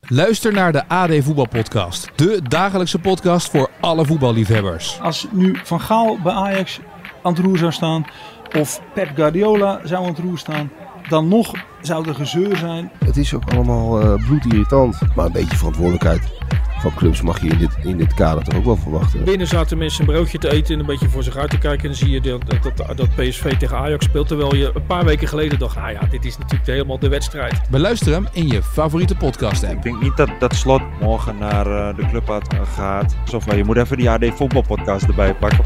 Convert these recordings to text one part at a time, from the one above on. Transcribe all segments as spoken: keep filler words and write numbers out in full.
Luister naar de A D Voetbalpodcast. De dagelijkse podcast voor alle voetballiefhebbers. Als nu Van Gaal bij Ajax aan het roer zou staan, of Pep Guardiola zou aan het roer staan, dan nog zou er gezeur zijn. Het is ook allemaal uh, bloedirritant. Maar een beetje verantwoordelijkheid van clubs mag je in dit, in dit kader toch ook wel verwachten. Binnen zaten mensen een broodje te eten en een beetje voor zich uit te kijken. En dan zie je dat, dat, dat P S V tegen Ajax speelt. Terwijl je een paar weken geleden dacht, nou ja, dit is natuurlijk helemaal de wedstrijd. Beluister hem in je favoriete podcast app. Ik denk niet dat, dat Slot morgen naar uh, de club uit, uh, gaat. Of je moet even die A D Voetbalpodcast erbij pakken.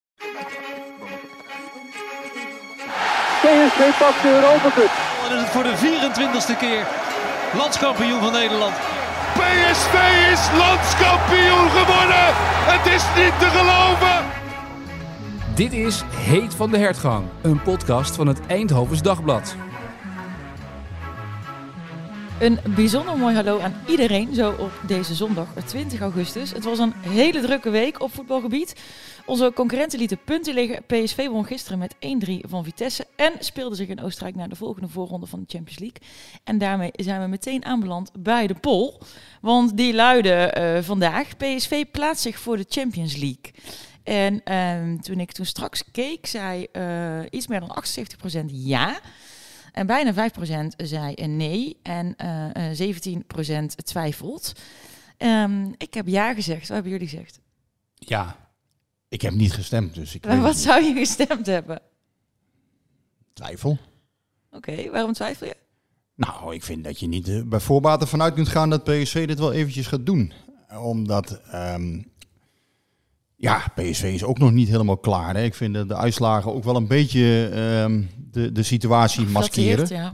P S V pakt de Europa Cup. En is het voor de vierentwintigste keer landskampioen van Nederland. P S V is landskampioen geworden. Het is niet te geloven. Dit is Heet van de Hertgang, een podcast van het Eindhovens Dagblad. Een bijzonder mooi hallo aan iedereen zo op deze zondag twintig augustus. Het was een hele drukke week op voetbalgebied. Onze concurrenten lieten punten liggen. P S V won gisteren met één drie van Vitesse en speelde zich in Oostenrijk naar de volgende voorronde van de Champions League. En daarmee zijn we meteen aanbeland bij de poll. Want die luidde uh, vandaag: P S V plaatst zich voor de Champions League. En uh, toen ik toen straks keek, zei uh, iets meer dan achtenzeventig procent ja. En bijna vijf procent zei nee en uh, uh, zeventien procent twijfelt. Um, ik heb ja gezegd. Wat hebben jullie gezegd? Ja, ik heb niet gestemd. Dus ik maar weet wat niet. zou je gestemd hebben? Twijfel. Oké, okay, waarom twijfel je? Nou, ik vind dat je niet uh, bij voorbaat ervan uit kunt gaan dat P S V dit wel eventjes gaat doen. Omdat, um, ja, P S V is ook nog niet helemaal klaar. Hè. Ik vind de, de uitslagen ook wel een beetje um, de, de situatie maskeren. Ja.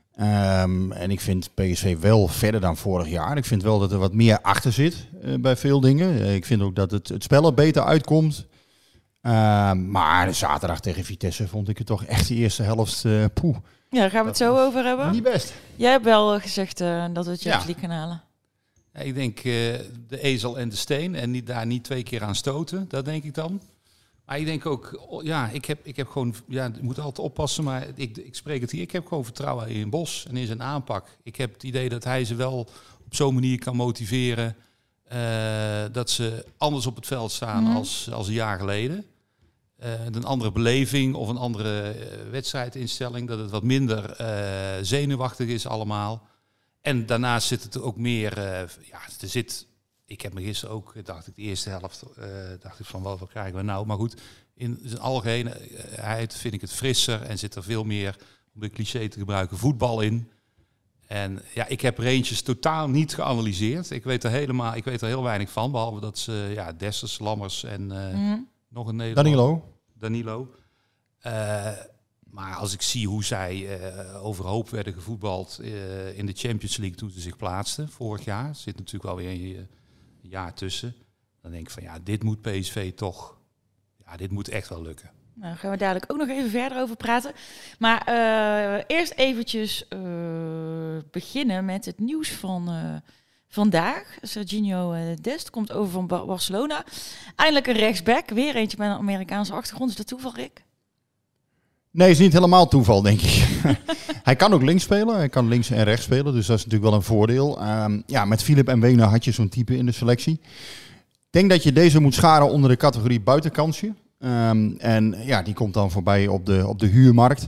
Um, en ik vind P S V wel verder dan vorig jaar. Ik vind wel dat er wat meer achter zit uh, bij veel dingen. Uh, ik vind ook dat het, het spel er beter uitkomt. Uh, maar zaterdag tegen Vitesse vond ik het toch echt de eerste helft uh, poeh. Ja, daar gaan we het zo over hebben. Niet best. Jij hebt wel gezegd uh, dat we het Champions Ja. League gaan halen. Ja, ik denk uh, de ezel en de steen en niet, daar niet twee keer aan stoten, dat denk ik dan. Maar ik denk ook, ja, ik heb, ik heb gewoon, ja, ik moet altijd oppassen, maar ik, ik spreek het hier, ik heb gewoon vertrouwen in Bos en in zijn aanpak. Ik heb het idee dat hij ze wel op zo'n manier kan motiveren uh, dat ze anders op het veld staan mm. als, als een jaar geleden. Uh, een andere beleving of een andere uh, wedstrijdinstelling, dat het wat minder uh, zenuwachtig is allemaal. En daarnaast zit het ook meer, uh, ja, er zit... Ik heb me gisteren ook, dacht ik, de eerste helft, uh, dacht ik van wat, wat krijgen we nou? Maar goed, in zijn algemeenheid vind ik het frisser en zit er veel meer, om de cliché te gebruiken, voetbal in. En ja, ik heb Rangers totaal niet geanalyseerd. Ik weet er helemaal, ik weet er heel weinig van, behalve dat ze, ja, Dessers, Lammers en uh, mm. nog een Nederlander. Danilo. Danilo. Uh, maar als ik zie hoe zij uh, overhoop werden gevoetbald uh, in de Champions League toen ze zich plaatsten, vorig jaar, zit natuurlijk wel weer een, een jaar tussen. Dan denk ik van ja, dit moet P S V toch, ja, dit moet echt wel lukken. Nou, daar gaan we dadelijk ook nog even verder over praten. Maar uh, eerst eventjes uh, beginnen met het nieuws van uh, vandaag. Serginho uh, Dest komt over van Bar- Barcelona. Eindelijk een rechtsback, weer eentje met een Amerikaanse achtergrond. Is dat toeval, Rick? Nee, is niet helemaal toeval, denk ik. Hij kan ook links spelen, hij kan links en rechts spelen, dus dat is natuurlijk wel een voordeel. Um, ja, met Philip en Wene had je zo'n type in de selectie. Ik denk dat je deze moet scharen onder de categorie buitenkansje. Um, en ja, die komt dan voorbij op de, op de huurmarkt.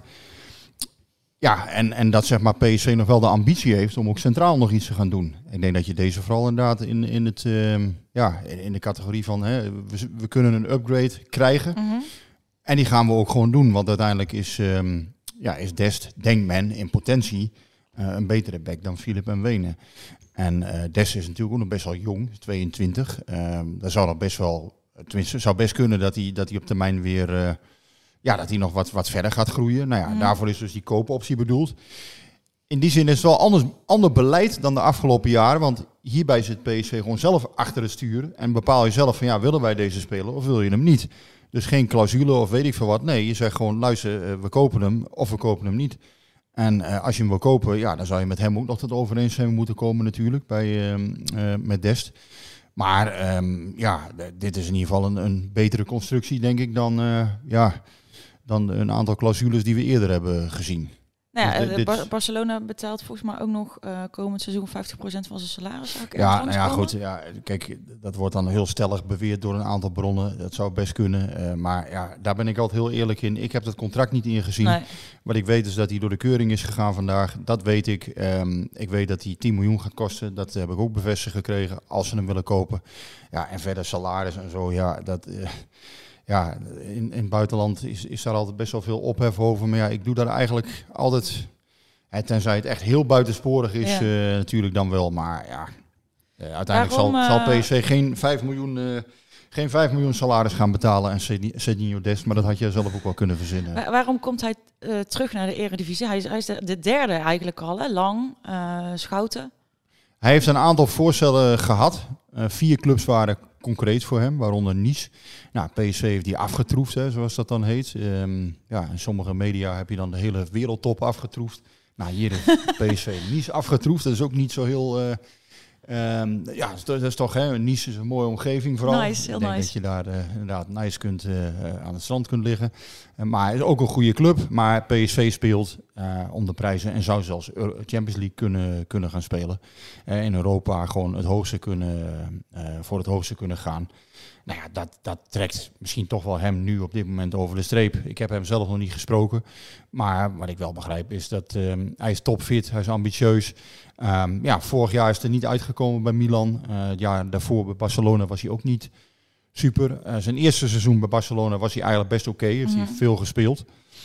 Ja, en, en dat zeg maar P S V nog wel de ambitie heeft om ook centraal nog iets te gaan doen. Ik denk dat je deze vooral inderdaad in, in, het, um, ja, in, in de categorie van hè, we, we kunnen een upgrade krijgen. Mm-hmm. En die gaan we ook gewoon doen, want uiteindelijk is, um, ja, is Dest, denkt men, in potentie uh, een betere back dan Philip en Wene. En uh, Dest is natuurlijk ook nog best wel jong, tweeëntwintig. Um, daar zou nog best wel, tenminste, zou best kunnen dat hij, dat hij op termijn weer, uh, ja, dat hij nog wat, wat verder gaat groeien. Nou ja, mm. daarvoor is dus die koopoptie bedoeld. In die zin is het wel anders, ander beleid dan de afgelopen jaren, want hierbij zit P S V gewoon zelf achter het stuur en bepaal je zelf van ja, willen wij deze speler of wil je hem niet? Dus geen clausule of weet ik veel wat. Nee, je zegt gewoon, luister, uh, we kopen hem of we kopen hem niet. En uh, als je hem wil kopen, ja, dan zou je met hem ook nog tot overeenstemming moeten komen natuurlijk, bij, uh, uh, met Dest. Maar um, ja, d- dit is in ieder geval een, een betere constructie, denk ik, dan, uh, ja, dan een aantal clausules die we eerder hebben gezien. Nou ja, Dus dit- Bar- dit- Barcelona betaalt volgens mij ook nog uh, komend seizoen vijftig procent van zijn salaris. Zou ik Ja, ergens nou ja, komen? goed. Ja, kijk, dat wordt dan heel stellig beweerd door een aantal bronnen. Dat zou best kunnen. Uh, maar ja, daar ben ik altijd heel eerlijk in. Ik heb dat contract niet ingezien. Nee. Wat ik weet is dat hij door de keuring is gegaan vandaag. Dat weet ik. Um, ik weet dat hij tien miljoen gaat kosten. Dat heb ik ook bevestigd gekregen. Als ze hem willen kopen. Ja, en verder salaris en zo. Ja, dat... Uh, ja, in, in het buitenland is, is daar altijd best wel veel ophef over. Maar ja, ik doe daar eigenlijk altijd... Hè, tenzij het echt heel buitensporig is, ja. uh, natuurlijk dan wel. Maar ja, uh, uiteindelijk Waarom, zal, uh... zal P S V geen vijf miljoen, uh, geen vijf miljoen salaris gaan betalen aan Serginho Dest. Maar dat had je zelf ook wel kunnen verzinnen. Waar, waarom komt hij uh, terug naar de Eredivisie? Hij is, hij is de, de derde eigenlijk al, hè? Lang, uh, Schouten. Hij heeft een aantal voorstellen gehad. Uh, vier clubs waren concreet voor hem, waaronder Nice. Nou, P S V heeft die afgetroefd, hè, zoals dat dan heet. Um, ja, in sommige media heb je dan de hele wereldtop afgetroefd. Nou, hier heeft P S V Nice afgetroefd. Dat is ook niet zo heel... Uh, um, ja, dat is toch... Hè, Nice is een mooie omgeving vooral. Nice, heel Ik denk nice. dat je daar uh, inderdaad nice kunt, uh, aan het strand kunt liggen. Uh, maar het is ook een goede club. Maar P S V speelt uh, om de prijzen en zou zelfs Champions League kunnen, kunnen gaan spelen. Uh, in Europa gewoon het hoogste kunnen, uh, voor het hoogste kunnen gaan. Nou ja, dat, dat trekt misschien toch wel hem nu op dit moment over de streep. Ik heb hem zelf nog niet gesproken. Maar wat ik wel begrijp is dat um, hij is topfit, hij is ambitieus. Um, ja, vorig jaar is er niet uitgekomen bij Milan. Uh, het jaar daarvoor bij Barcelona was hij ook niet super. Uh, zijn eerste seizoen bij Barcelona was hij eigenlijk best oké. Okay. Heeft mm-hmm. hij veel gespeeld.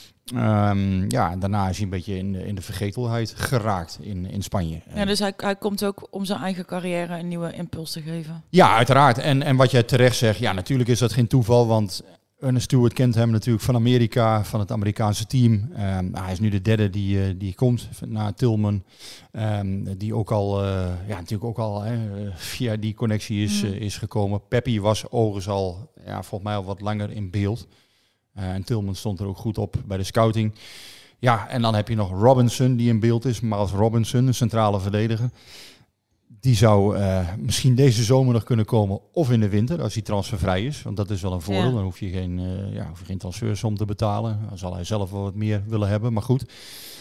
Um, ja, en daarna is hij een beetje in de, in de vergetelheid geraakt in, in Spanje. Ja, dus hij, hij komt ook om zijn eigen carrière een nieuwe impuls te geven. Ja, uiteraard. En, en wat jij terecht zegt, ja, natuurlijk is dat geen toeval, want Ernest Stewart kent hem natuurlijk van Amerika, van het Amerikaanse team. Um, hij is nu de derde die, uh, die komt na Tillman, um, die ook al, uh, ja, natuurlijk ook al hè, via die connectie is, mm. uh, is gekomen. Peppi was overigens al, ja, volgens mij al wat langer in beeld. Uh, en Tillman stond er ook goed op bij de scouting. Ja, en dan heb je nog Robinson die in beeld is. Miles Robinson, een centrale verdediger. Die zou uh, misschien deze zomer nog kunnen komen of in de winter, als hij transfervrij is. Want dat is wel een voordeel. Ja. Dan hoef je geen, uh, ja, hoef je geen transfersom te betalen. Dan zal hij zelf wel wat meer willen hebben, maar goed.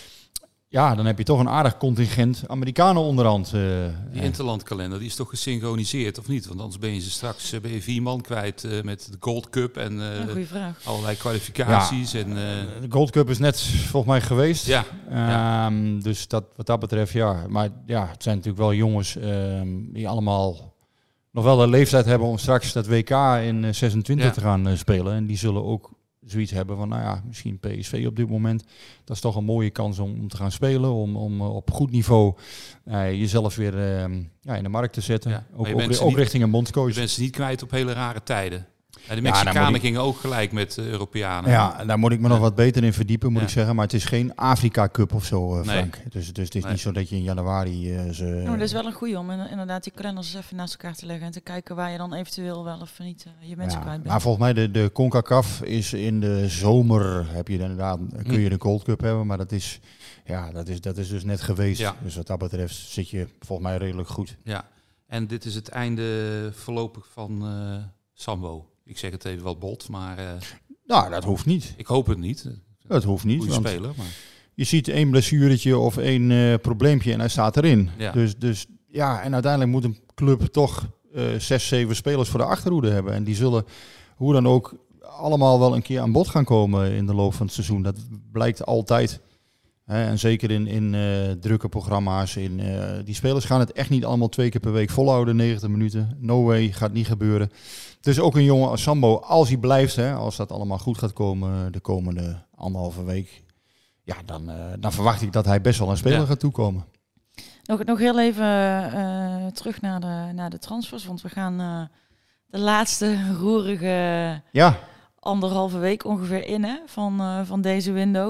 Ja, dan heb je toch een aardig contingent Amerikanen onderhand. Uh, die interlandkalender, die is toch gesynchroniseerd of niet? Want anders ben je ze straks uh, ben je vier man kwijt uh, met de Gold Cup en uh, ja, allerlei kwalificaties. Ja, en, uh, de Gold Cup is net volgens mij geweest. Ja, um, ja. Dus dat, wat dat betreft, ja. Maar ja, het zijn natuurlijk wel jongens um, die allemaal nog wel de leeftijd hebben om straks dat W K in uh, zesentwintig ja. te gaan uh, spelen. En die zullen ook zoiets hebben van, nou ja, misschien P S V op dit moment. Dat is toch een mooie kans om, om te gaan spelen. Om, om uh, op goed niveau uh, jezelf weer uh, ja, in de markt te zetten. Ja, ook, ook, ook niet, richting een bondscoach. Je bent ze niet kwijt op hele rare tijden. Ja, de Mexicanen ja, ik, gingen ook gelijk met uh, Europeanen. Ja, daar moet ik me ja. nog wat beter in verdiepen, moet ja. ik zeggen. Maar het is geen Afrika Cup of zo, uh, Frank. Nee. Dus, dus het is nee. niet zo dat je in januari... Uh, ze, ja, maar dat is wel een goeie om inderdaad die kalenders even naast elkaar te leggen. En te kijken waar je dan eventueel wel of niet uh, je mensen ja, kwijt bent. Maar volgens mij de, de CONCACAF is in de zomer, heb je inderdaad, kun je de Gold Cup hebben. Maar dat is, ja, dat is, dat is dus net geweest. Ja. Dus wat dat betreft zit je volgens mij redelijk goed. Ja, en dit is het einde voorlopig van uh, Sambo. Ik zeg het even wat bot, maar... Uh, nou, dat hoeft niet. Ik hoop het niet. Dat hoeft niet. Goeie speler, maar... Je ziet één blessuretje of één uh, probleempje en hij staat erin. Ja. Dus, dus ja, en uiteindelijk moet een club toch uh, zes, zeven spelers voor de achterhoede hebben. En die zullen hoe dan ook allemaal wel een keer aan bod gaan komen in de loop van het seizoen. Dat blijkt altijd. Hè, en zeker in, in uh, drukke programma's. In, uh, die spelers gaan het echt niet allemaal twee keer per week volhouden, negentig minuten. No way, gaat niet gebeuren. Dus ook een jongen als Sambo, als hij blijft, hè, als dat allemaal goed gaat komen de komende anderhalve week, ja, dan, uh, dan verwacht ik dat hij best wel een speler ja. gaat toekomen. Nog, nog heel even uh, terug naar de, naar de transfers, want we gaan uh, de laatste roerige ja. anderhalve week ongeveer in hè, van, uh, van deze window.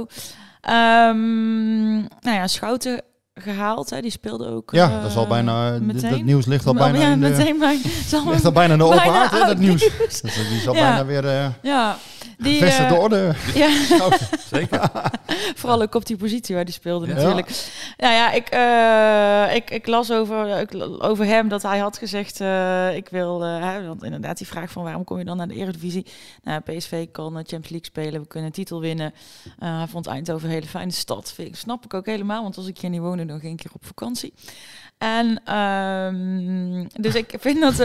Um, nou ja, Schouten gehaald, hè, die speelde ook. Ja, uh, dat is al bijna. Meteen. Dat nieuws ligt al bijna. Ja, in de, meteen bij, ligt al bijna in de open haard, hè, dat nieuws. nieuws. Dat, die is al ja. bijna weer. Uh... Ja, Die, Gevestigde uh, orde. Ja. Zeker. Vooral ook op die positie waar die speelde Ja. natuurlijk. Nou ja, ik, uh, ik, ik las over, ik, over hem dat hij had gezegd... Uh, ik wil, uh, hè, want inderdaad die vraag van waarom kom je dan naar de Eredivisie? Nou, P S V kan uh, Champions League spelen, we kunnen een titel winnen. Uh, hij vond Eindhoven een hele fijne stad. Vind ik, snap ik ook helemaal, want als ik hier niet woonde, dan ging ik keer op vakantie. En um, dus ik vind dat...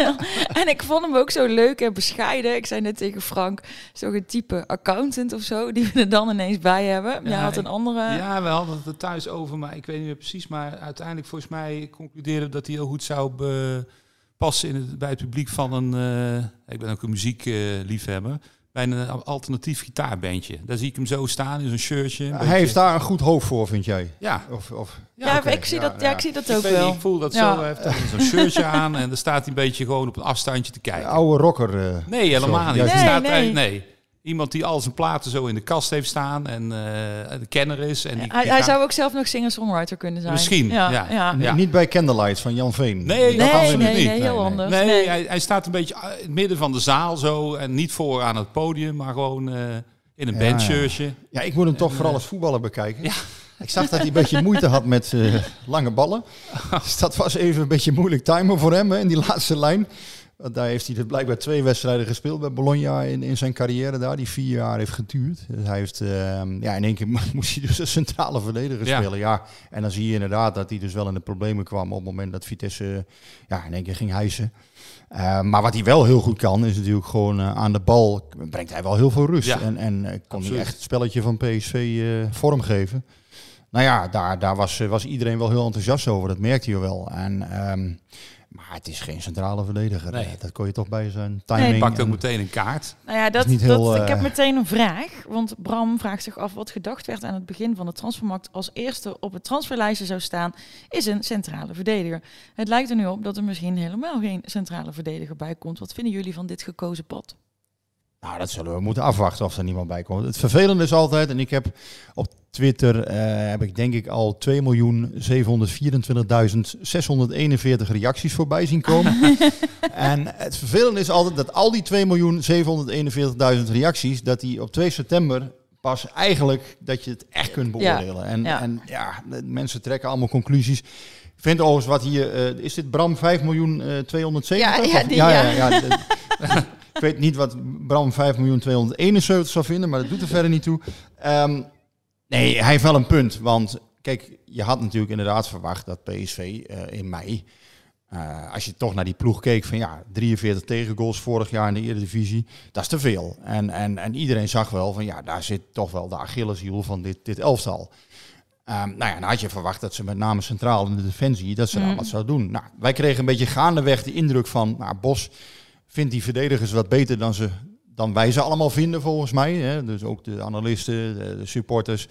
en ik vond hem ook zo leuk en bescheiden. Ik zei net tegen Frank, zo'n type accountant of zo, die we er dan ineens bij hebben. Jij Ja, had een andere... Ja, we hadden het er thuis over, maar ik weet niet meer precies. Maar uiteindelijk volgens mij concludeerde dat hij heel goed zou be- passen in het, bij het publiek van een... Uh, ik ben ook een muziekliefhebber. Uh, bij een alternatief gitaarbandje. Daar zie ik hem zo staan in zo'n shirtje. Hij beetje... heeft daar een goed hoofd voor, vind jij? Ja. Of, of... Ja, ja okay. ik, zie ja, dat, ja, ja, ik zie dat ook ik wel. Niet, ik voel dat ja. zo. Hij heeft dan zo'n shirtje aan en dan staat hij een beetje gewoon op een afstandje te kijken. De oude rocker. Uh, nee, helemaal zo. niet. Nee, staat nee. Hij, nee. Iemand die al zijn platen zo in de kast heeft staan en uh, de kenner is. En die, ja, hij, die hij gaat... zou ook zelf nog singer-songwriter kunnen zijn. Misschien, ja. ja. ja. ja. Niet bij Candlelight van Jan Veen. Nee, nee, dat nee, nee, niet. nee, heel nee, anders. Nee, nee. Hij, hij staat een beetje in het midden van de zaal zo. En niet voor aan het podium, maar gewoon uh, in een ja, bandshirtje. Ja. ja, ik moet hem toch en, vooral als voetballer bekijken. Ja. Ik zag dat hij een beetje moeite had met uh, lange ballen. Dus dat was even een beetje moeilijk timen voor hem hè, in die laatste lijn. Want daar heeft hij dus blijkbaar twee wedstrijden gespeeld bij Bologna in, in zijn carrière daar, die vier jaar heeft geduurd. Dus hij heeft, uh, ja, in één keer moest hij dus een centrale verdediger ja. spelen. Ja, en dan zie je inderdaad dat hij dus wel in de problemen kwam op het moment dat Vitesse uh, ja, in één keer ging hijsen. Uh, maar wat hij wel heel goed kan, is natuurlijk gewoon uh, aan de bal, brengt hij wel heel veel rust. Ja. En, en uh, kon hij echt het spelletje van P S V uh, vormgeven. Nou ja, daar, daar was, was iedereen wel heel enthousiast over, dat merkte je wel. En... Um, Maar het is geen centrale verdediger. Nee. Dat kon je toch bij zijn timing. Hij pakt ook meteen een kaart. Nou ja, dat, dat, heel, uh... ik heb meteen een vraag. Want Bram vraagt zich af wat gedacht werd aan het begin van de transfermarkt als eerste op het transferlijstje zou staan, is een centrale verdediger. Het lijkt er nu op dat er misschien helemaal geen centrale verdediger bij komt. Wat vinden jullie van dit gekozen pad? Nou, dat zullen we moeten afwachten of er niemand bij komt. Het vervelende is altijd, en ik heb op Twitter, uh, heb ik denk ik al twee miljoen zevenhonderdvierentwintigduizend zeshonderdeenenveertig reacties voorbij zien komen. En het vervelende is altijd dat al die twee miljoen zevenhonderdeenenveertigduizend reacties, dat die op twee september pas eigenlijk, dat je het echt kunt beoordelen. Ja. En, ja. en ja, mensen trekken allemaal conclusies. Ik vind overigens wat hier, uh, is dit Bram vijf miljoen tweehonderdzeventig? Ja, ja, die, ja. ja, ja, ja de, ik weet niet wat Bram vijf miljoen tweehonderdeenenzeventig zou vinden, maar dat doet er verder niet toe. Um, nee, hij heeft wel een punt. Want kijk, je had natuurlijk inderdaad verwacht dat P S V uh, in mei, uh, als je toch naar die ploeg keek van ja, drieënveertig tegengoals vorig jaar in de Eredivisie, dat is te veel. En, en, en iedereen zag wel van ja, daar zit toch wel de Achilleshiel van dit, dit elftal. Um, nou ja, dan had je verwacht dat ze met name centraal in de defensie, dat ze mm. daar wat zouden doen. Nou, wij kregen een beetje gaandeweg de indruk van, nou, Bos vindt die verdedigers wat beter dan, ze, dan wij ze allemaal vinden volgens mij. Hè? Dus ook de analisten, de, de supporters.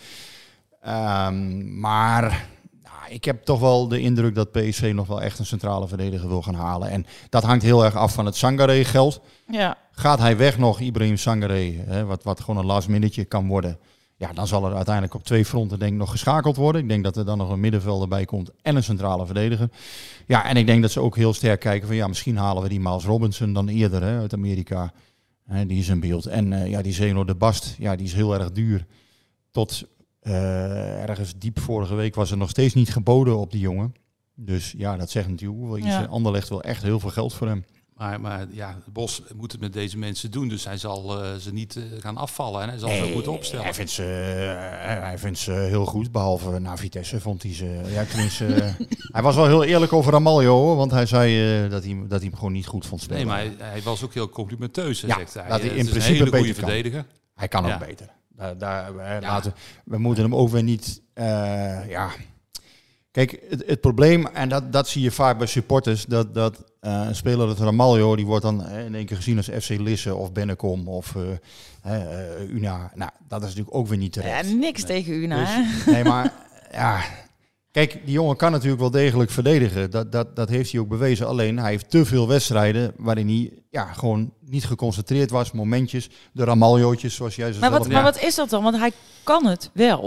Um, maar nou, ik heb toch wel de indruk dat P S V nog wel echt een centrale verdediger wil gaan halen. En dat hangt heel erg af van het Sangaré-geld. Ja. Gaat hij weg nog, Ibrahim Sangaré, hè, wat, wat gewoon een last minute kan worden. Ja, dan zal er uiteindelijk op twee fronten denk ik nog geschakeld worden. Ik denk dat er dan nog een middenvelder bij komt en een centrale verdediger. Ja, en ik denk dat ze ook heel sterk kijken van ja, misschien halen we die Miles Robinson dan eerder hè, uit Amerika. Hè, die is in beeld. En uh, ja, die Zeno de Bast, ja, die is heel erg duur. Tot uh, ergens diep vorige week was er nog steeds niet geboden op die jongen. Dus ja, dat zegt natuurlijk wel iets. Ja. Anderlecht wil echt heel veel geld voor hem. Maar, maar ja, Bos moet het met deze mensen doen, dus hij zal uh, ze niet uh, gaan afvallen en hij zal nee, ze ook moeten opstellen. Hij vindt ze, uh, hij vindt ze heel goed, behalve na Vitesse vond hij ze... Ja, tenminste, uh, hij was wel heel eerlijk over Ramaljo, hoor, want hij zei uh, dat, hij, dat hij hem gewoon niet goed vond spelen. Nee, maar hij, hij was ook heel complimenteus, ja, zegt hij. Dat hij in het principe een hele goede beter verdediger. Kan. Hij kan ook ja. beter. Daar, daar, ja. laten, we moeten hem ook weer niet... Uh, ja... Kijk, het, het probleem, en dat, dat zie je vaak bij supporters, dat, dat uh, een speler als Ramaljo, die wordt dan uh, in één keer gezien als F C Lisse of Bennekom of uh, uh, Una. Nou, dat is natuurlijk ook weer niet terecht. Ja, niks nee. tegen Una. Dus, nee, maar ja, kijk, die jongen kan natuurlijk wel degelijk verdedigen. Dat, dat, dat heeft hij ook bewezen. Alleen, hij heeft te veel wedstrijden waarin hij ja, gewoon niet geconcentreerd was. Momentjes, de Ramaljootjes, zoals jij ze maar zelf... Wat, maar wat is dat dan? Want hij kan het wel.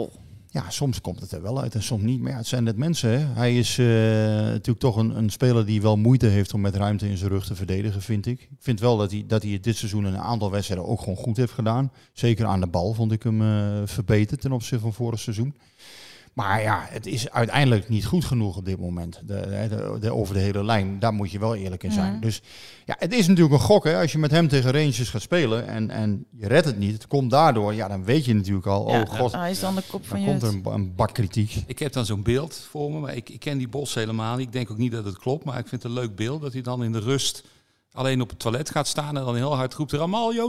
ja, soms komt het er wel uit en soms niet. Maar ja, het zijn net mensen. Hè. Hij is uh, natuurlijk toch een, een speler die wel moeite heeft om met ruimte in zijn rug te verdedigen, vind ik. Ik vind wel dat hij, dat hij het dit seizoen in een aantal wedstrijden ook gewoon goed heeft gedaan. Zeker aan de bal vond ik hem uh, verbeterd ten opzichte van vorig seizoen. Maar ja, het is uiteindelijk niet goed genoeg op dit moment. De, de, de, over de hele lijn, daar moet je wel eerlijk in zijn. Ja. Dus ja, het is natuurlijk een gok, hè. Als je met hem tegen Rangers gaat spelen en, en je redt het niet, het komt daardoor, ja, dan weet je natuurlijk al, ja, oh god, hij is dan de kop van dan je komt er een, een bak kritiek. Ik heb dan zo'n beeld voor me, maar ik, ik ken die Bos helemaal niet. Ik denk ook niet dat het klopt, maar ik vind het een leuk beeld dat hij dan in de rust alleen op het toilet gaat staan en dan heel hard roept, Ramaljo,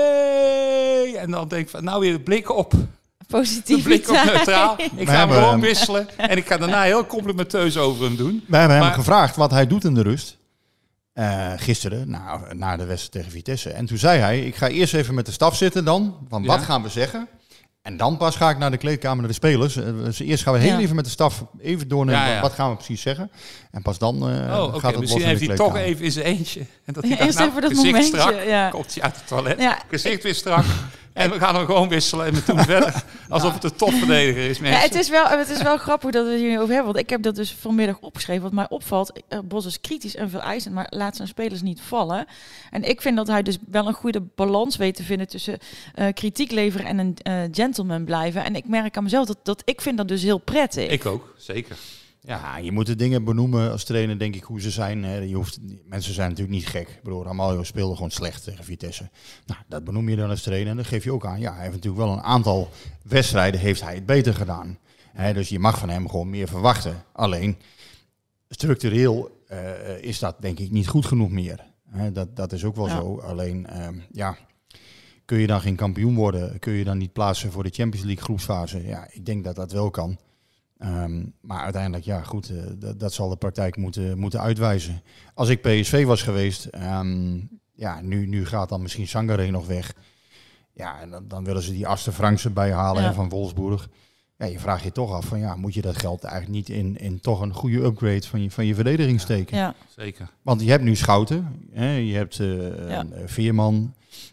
nee! En dan denk ik van, nou weer de blik op. Positief. Blik op neutraal. Ik ga hem gewoon wisselen. En ik ga daarna heel complimenteus over hem doen. We hebben maar, hem gevraagd wat hij doet in de rust. Uh, gisteren, nou, na de wedstrijd tegen Vitesse. En toen zei hij, ik ga eerst even met de staf zitten dan. Van wat ja. gaan we zeggen? En dan pas ga ik naar de kleedkamer, naar de spelers. Dus eerst gaan we heel ja. even met de staf even doornemen. Ja, ja. Wat gaan we precies zeggen? En pas dan uh, oh, okay. gaat het Misschien los in de heeft hij toch even in zijn eentje. En dat hij ja, dacht, nou, gezicht momentje, strak, ja. komt hij uit het toilet. Ja. Gezicht weer strak. En we gaan hem gewoon wisselen en we doen verder. Alsof het een topverdediger is, mensen. Ja, het, is wel, het is wel grappig dat we het hier over hebben. Want ik heb dat dus vanmiddag opgeschreven. Wat mij opvalt, uh, Bos is kritisch en vereisend, maar laat zijn spelers niet vallen. En ik vind dat hij dus wel een goede balans weet te vinden tussen uh, kritiek leveren en een uh, gentleman blijven. En ik merk aan mezelf dat, dat ik vind dat dus heel prettig. Ik ook, zeker. Ja, je moet de dingen benoemen als trainer, denk ik, hoe ze zijn. Je hoeft, mensen zijn natuurlijk niet gek. Ik bedoel, Ramaljo speelde gewoon slecht tegen Vitesse. Nou, dat benoem je dan als trainer en dan geef je ook aan. Ja, hij heeft natuurlijk wel een aantal wedstrijden, heeft hij het beter gedaan. He, dus je mag van hem gewoon meer verwachten. Alleen, structureel uh, is dat denk ik niet goed genoeg meer. He, dat, dat is ook wel ja. zo. Alleen, uh, ja... kun je dan geen kampioen worden? Kun je dan niet plaatsen voor de Champions League groepsfase? Ja, ik denk dat dat wel kan. Um, maar uiteindelijk, ja goed, uh, dat, dat zal de praktijk moeten, moeten uitwijzen. Als ik P S V was geweest, um, ja, nu, nu gaat dan misschien Sangaré nog weg. Ja, en dan, dan willen ze die Aster Franksen bijhalen ja. van Wolfsburg. Ja, je vraagt je toch af van, ja, moet je dat geld eigenlijk niet in, in toch een goede upgrade van je, van je verdediging steken? Ja, zeker. Want je hebt nu Schouten, hè, je hebt uh, ja. Veerman.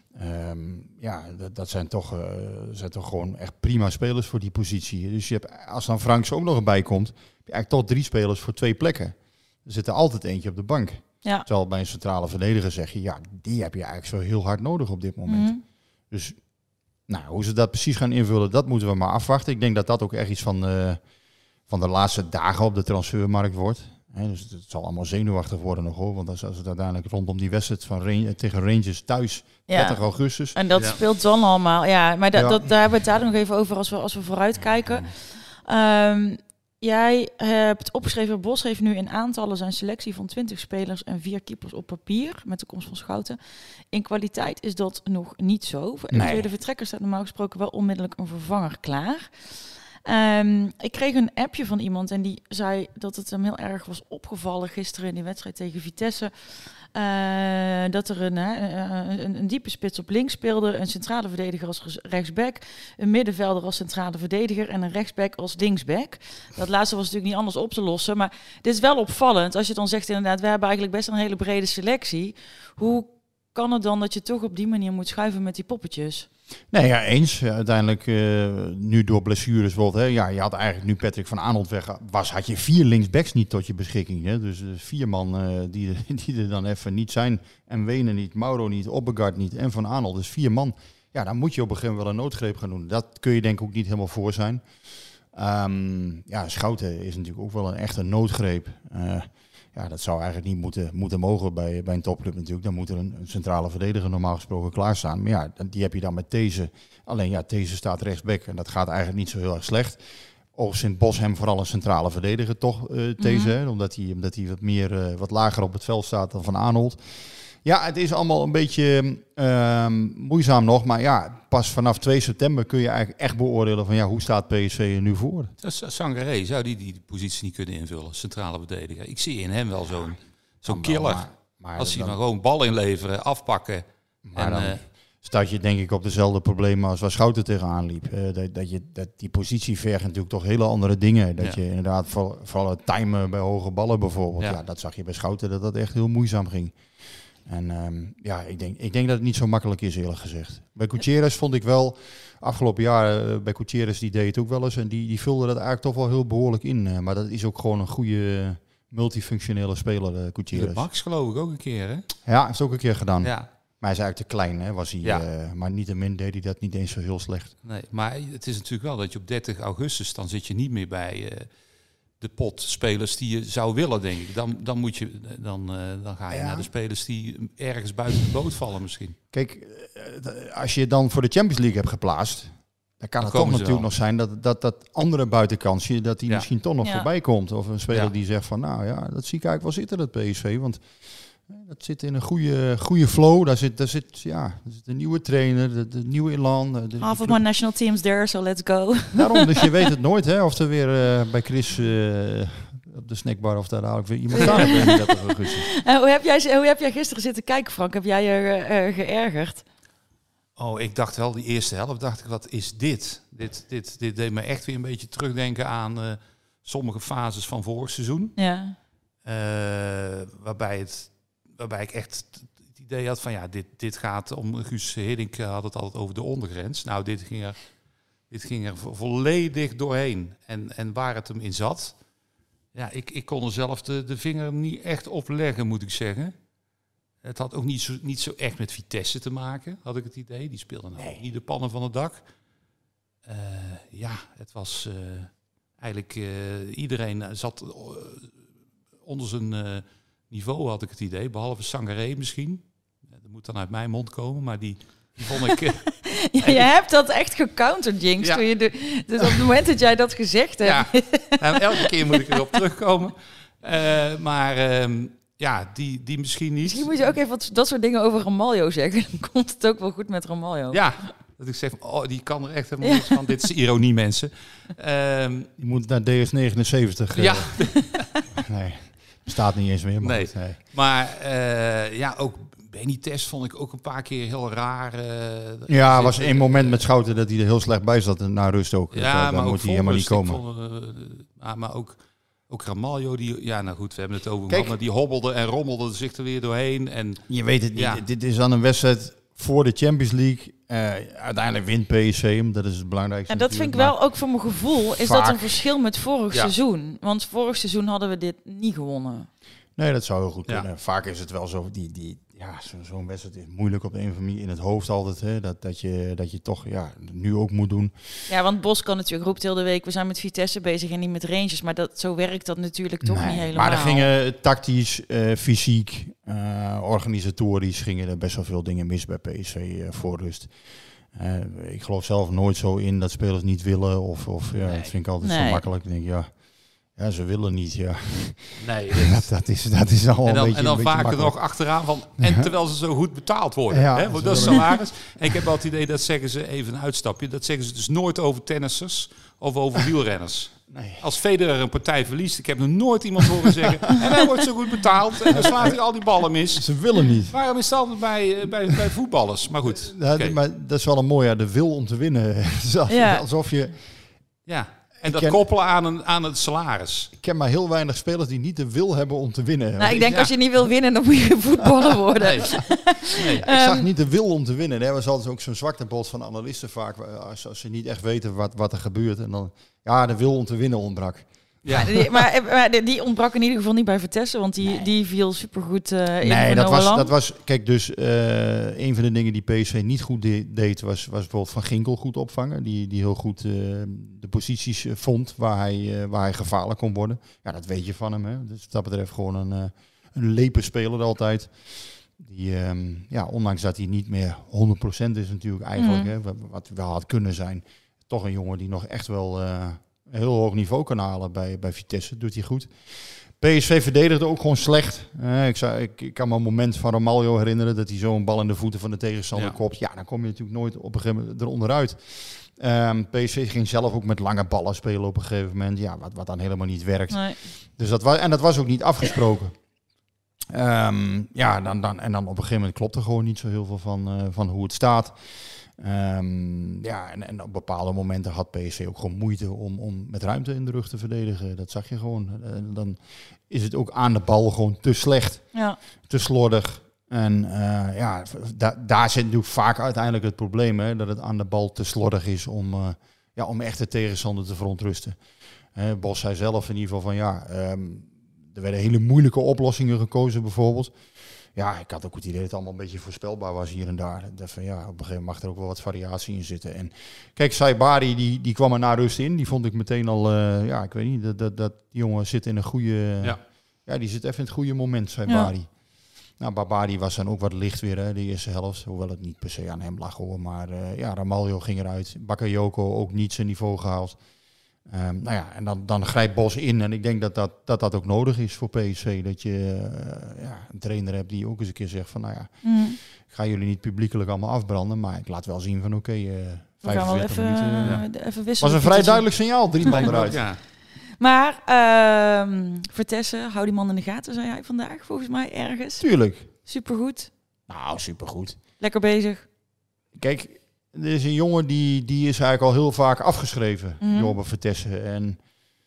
Um, ja, dat, dat zijn, toch, uh, zijn toch gewoon echt prima spelers voor die positie. Dus je hebt, als dan Franks ook nog erbij komt, heb je eigenlijk toch drie spelers voor twee plekken. Er zit er altijd eentje op de bank. Ja. Terwijl bij een centrale verdediger zeg je, ja, die heb je eigenlijk zo heel hard nodig op dit moment. Mm-hmm. Dus nou, hoe ze dat precies gaan invullen, dat moeten we maar afwachten. Ik denk dat dat ook echt iets van, uh, van de laatste dagen op de transfermarkt wordt. He, dus het zal allemaal zenuwachtig worden nog hoor. Want als, als het uiteindelijk rondom die wedstrijd van Ran- tegen Rangers thuis, ja. dertig augustus. En dat ja. speelt dan allemaal. Ja, maar da- ja. dat, daar hebben we het daar nog even over als we, als we vooruit kijken. Um, jij hebt opgeschreven, Bos heeft nu in aantallen zijn selectie van twintig spelers en vier keepers op papier. Met de komst van Schouten. In kwaliteit is dat nog niet zo. Voor eventuele nee. vertrekkers staat normaal gesproken wel onmiddellijk een vervanger klaar. Um, ik kreeg een appje van iemand en die zei dat het hem heel erg was opgevallen gisteren in die wedstrijd tegen Vitesse. Uh, dat er een, uh, een, een diepe spits op links speelde, een centrale verdediger als rechtsback, een middenvelder als centrale verdediger en een rechtsback als linksback. Dat laatste was natuurlijk niet anders op te lossen, maar dit is wel opvallend. Als je dan zegt inderdaad, we hebben eigenlijk best een hele brede selectie. Hoe kan het dan dat je toch op die manier moet schuiven met die poppetjes? Nee, ja, eens. Uiteindelijk, uh, nu door blessures bijvoorbeeld, hè, ja, je had eigenlijk nu Patrick van Aanholt weg was, had je vier linksbacks niet tot je beschikking. Hè? Dus uh, vier man uh, die, die er dan even niet zijn. En Wenen niet, Mauro niet, Oppegaard niet en Van Aanholt. Dus vier man. Ja, dan moet je op een gegeven moment wel een noodgreep gaan doen. Dat kun je denk ik ook niet helemaal voor zijn. Um, ja, Schouten is natuurlijk ook wel een echte noodgreep. Uh, Ja, dat zou eigenlijk niet moeten, moeten mogen bij, bij een topclub natuurlijk. Dan moet er een, een centrale verdediger normaal gesproken klaarstaan. Maar ja, die heb je dan met These. Alleen ja, These staat rechtsback en dat gaat eigenlijk niet zo heel erg slecht. Overigens in Bos hem vooral een centrale verdediger toch, uh, These. Mm-hmm. Hè, omdat hij omdat hij wat, meer, uh, wat lager op het veld staat dan Van Aanholt. Ja, het is allemaal een beetje uh, moeizaam nog. Maar ja, pas vanaf twee september kun je eigenlijk echt beoordelen van ja, hoe staat P S V er nu voor? Sangaré, zou die die positie niet kunnen invullen, centrale verdediger? Ik zie in hem wel zo'n, zo'n killer. Maar, maar als hij dan, maar gewoon bal inleveren, afpakken. Maar en, dan uh, staat je denk ik op dezelfde problemen als waar Schouten tegenaan liep. Uh, dat, dat, je, dat die positie vergt natuurlijk toch hele andere dingen. Dat ja. je inderdaad vooral, vooral het timen bij hoge ballen bijvoorbeeld. Ja. Ja, dat zag je bij Schouten dat dat echt heel moeizaam ging. En um, ja, ik denk, ik denk dat het niet zo makkelijk is, eerlijk gezegd. Bij Gutierrez vond ik wel, afgelopen jaar uh, bij Gutierrez, die deed het ook wel eens. En die, die vulde dat eigenlijk toch wel heel behoorlijk in. Uh, maar dat is ook gewoon een goede uh, multifunctionele speler, uh, Gutierrez. De Max geloof ik ook een keer, hè? Ja, heeft ook een keer gedaan. Ja. Maar hij is eigenlijk te klein, hè, was hij. Ja. Uh, maar niettemin deed hij dat niet eens zo heel slecht. Nee, maar het is natuurlijk wel dat je op dertig augustus, dan zit je niet meer bij uh, de pot spelers die je zou willen, denk ik. Dan, dan, moet je, dan, uh, dan ga je Ja. naar de spelers die ergens buiten de boot vallen misschien. Kijk, uh, als je dan voor de Champions League hebt geplaatst, dan kan Dan het toch komen ze natuurlijk wel. nog zijn dat dat, dat andere buitenkansje, dat die Ja. misschien toch nog Ja. voorbij komt. Of een speler Ja. die zegt van, nou ja, dat zie ik eigenlijk wel zitten, dat P S V. Want dat zit in een goede, goede flow. Daar zit, daar zit, ja, daar zit een nieuwe trainer, de, de nieuwe Elan. De, de Half of club- my national team's there, so let's go. Daarom, dus je weet het nooit, hè, of er weer uh, bij Chris uh, op de snackbar of daar dadelijk weer iemand staan heeft. eenendertig augustus. Uh, hoe, heb jij, hoe heb jij gisteren zitten kijken, Frank? Heb jij je uh, geërgerd? Oh, ik dacht wel, die eerste helft, dacht ik, wat is dit? Dit, dit, dit deed me echt weer een beetje terugdenken aan uh, sommige fases van vorig seizoen. Ja. Uh, waarbij, het, waarbij ik echt het idee had van, ja, dit, dit gaat om... Guus Hiddink had het altijd over de ondergrens. Nou, dit ging er, dit ging er vo- volledig doorheen. En, en waar het hem in zat, ja, ik, ik kon er zelf de, de vinger niet echt op leggen, moet ik zeggen. Het had ook niet zo, niet zo echt met Vitesse te maken, had ik het idee. Die speelden nou nee. niet de pannen van het dak. Uh, ja, het was uh, eigenlijk... Uh, iedereen zat uh, onder zijn uh, niveau, had ik het idee. Behalve Sangaré misschien. Ja, dat moet dan uit mijn mond komen, maar die, die vond ik... Uh, ja, je hebt dat echt gecounterd, Jinx. Ja. Toen je de, dus op het moment dat jij dat gezegd hebt... Ja, nou, elke keer moet ik erop terugkomen. Uh, maar... Um, Ja, die, die misschien niet. Misschien moet je ook even wat, dat soort dingen over Ramaljo zeggen. Dan komt het ook wel goed met Ramaljo. Ja, dat ik zeg, oh, die kan er echt helemaal niks van. Dit is ironie, mensen. Um, je moet naar D S negenenzeventig. Uh, ja. nee, bestaat niet eens meer. Maar, nee. nee. maar uh, ja, ook Benitez vond ik ook een paar keer heel raar. Uh, ja, er was één moment met Schouten dat hij er heel slecht bij zat. En na rust ook. Ja, dat, maar moet ook hij helemaal niet komen. Vond, uh, uh, maar ook... Ook Ramaljo, die, ja, nou goed, we hebben het over gehad, maar die hobbelde en rommelde zich er weer doorheen. En, je weet het niet, ja. dit is dan een wedstrijd voor de Champions League. Uh, uiteindelijk wint P S V hem, dat is het belangrijkste. En dat vind ik wel, ook voor mijn gevoel, is vaak, dat een verschil met vorig ja. seizoen. Want vorig seizoen hadden we dit niet gewonnen. Nee, dat zou heel goed ja. kunnen. Vaak is het wel zo, die, die, ja, zo, zo'n wedstrijd is moeilijk op de een of andere manier in het hoofd altijd. Hè, dat, dat, je, dat je toch ja, nu ook moet doen. Ja, want Bos kan natuurlijk roept heel de week, we zijn met Vitesse bezig en niet met Rangers. Maar dat, zo werkt dat natuurlijk toch nee, niet helemaal. Maar er gingen tactisch, uh, fysiek, uh, organisatorisch gingen er best wel veel dingen mis bij P S V uh, voor rust. Uh, ik geloof zelf nooit zo in dat spelers niet willen. Of, of ja, nee. dat vind ik altijd nee. zo makkelijk. Ik denk, ja, ja, ze willen niet, ja. Nee, dat, dat, is, dat is al en dan, een beetje En dan een vaker beetje nog achteraan van, en ja. terwijl ze zo goed betaald worden. Ja, hè? Want dat is salaris. En ik heb altijd het idee, dat zeggen ze, even een uitstapje, dat zeggen ze dus nooit over tennissers of over wielrenners. Nee. Als Federer een partij verliest, ik heb nog nooit iemand horen zeggen, en hij wordt zo goed betaald en dan slaat hij al die ballen mis. Ze willen niet. Waarom is dat altijd bij, bij, bij voetballers? Maar goed. Ja, okay. maar dat is wel een mooie, de wil om te winnen. Ja. Alsof je... Ja. En dat ken, koppelen aan, een, aan het salaris. Ik ken maar heel weinig spelers die niet de wil hebben om te winnen. Nou, ik denk ja. als je niet wil winnen, dan moet je voetballer worden. Nee. Nee. Ik zag niet de wil om te winnen. Er was altijd ook zo'n zwaktebod van analisten vaak. Als, als ze niet echt weten wat, wat er gebeurt. En dan, ja, de wil om te winnen ontbrak. Ja, die, maar, maar die ontbrak in ieder geval niet bij Vitesse, want die, nee. die viel supergoed uh, in. Nee, dat was, dat was, kijk, dus uh, een van de dingen die P S V niet goed de, deed, was, was bijvoorbeeld Van Ginkel goed opvangen. Die, die heel goed uh, de posities uh, vond waar hij, uh, waar hij gevaarlijk kon worden. Ja, dat weet je van hem. Hè. Dus dat betreft gewoon een, uh, een lepe speler altijd. Die, um, ja, ondanks dat hij niet meer honderd procent is natuurlijk eigenlijk, mm. hè, wat wel had kunnen zijn. Toch een jongen die nog echt wel... Uh, een heel hoog niveau kan halen bij, bij Vitesse. Doet hij goed. P S V verdedigde ook gewoon slecht. Uh, ik, zou, ik, ik kan me een moment van Ramaljo herinneren dat hij zo'n bal in de voeten van de tegenstander ja. kopt. Ja, dan kom je natuurlijk nooit op een gegeven moment eronderuit. Um, P S V ging zelf ook met lange ballen spelen op een gegeven moment. Ja, wat, wat dan helemaal niet werkt. Nee. Dus dat was, en dat was ook niet afgesproken. Um, ja, dan, dan, en dan op een gegeven moment klopt er gewoon niet zo heel veel van, uh, van hoe het staat. Um, ja, en, en op bepaalde momenten had P S V ook gewoon moeite om, om met ruimte in de rug te verdedigen. Dat zag je gewoon. En dan is het ook aan de bal gewoon te slecht. Ja. Te slordig. En uh, ja, da- daar zit natuurlijk vaak uiteindelijk het probleem, hè, dat het aan de bal te slordig is om, uh, ja, om echt de tegenstander te verontrusten. Uh, Bos zei zelf in ieder geval van ja, um, er werden hele moeilijke oplossingen gekozen bijvoorbeeld. Ja, ik had ook het idee dat het allemaal een beetje voorspelbaar was hier en daar. Dat van, ja, op een gegeven moment mag er ook wel wat variatie in zitten. En kijk, Saibari die, die kwam er na rust in. Die vond ik meteen al, uh, ja, ik weet niet, dat, dat, dat die jongen zit in een goede... Ja, ja die zit even in het goede moment, Saibari. Ja. Nou, Barbari was dan ook wat licht weer, hè, de eerste helft. Hoewel het niet per se aan hem lag, hoor. Maar uh, ja, Ramaljo ging eruit. Bakayoko ook niet zijn niveau gehaald. Um, nou ja, en dan, dan grijpt Bos in. En ik denk dat dat, dat, dat ook nodig is voor P S V. Dat je uh, ja, een trainer hebt die ook eens een keer zegt van... nou ja, mm. ik ga jullie niet publiekelijk allemaal afbranden... maar ik laat wel zien van oké, okay, uh, vijfenveertig minuten. Uh, ja. even wisselen. Was een vrij duidelijk signaal, drie man eruit. Ja. Maar uh, Vertessen, hou die man in de gaten, zei hij vandaag volgens mij ergens. Tuurlijk. Supergoed. Nou, supergoed. Lekker bezig. Kijk... Er is een jongen die, die is eigenlijk al heel vaak afgeschreven, mm. Jorbe Vertessen. En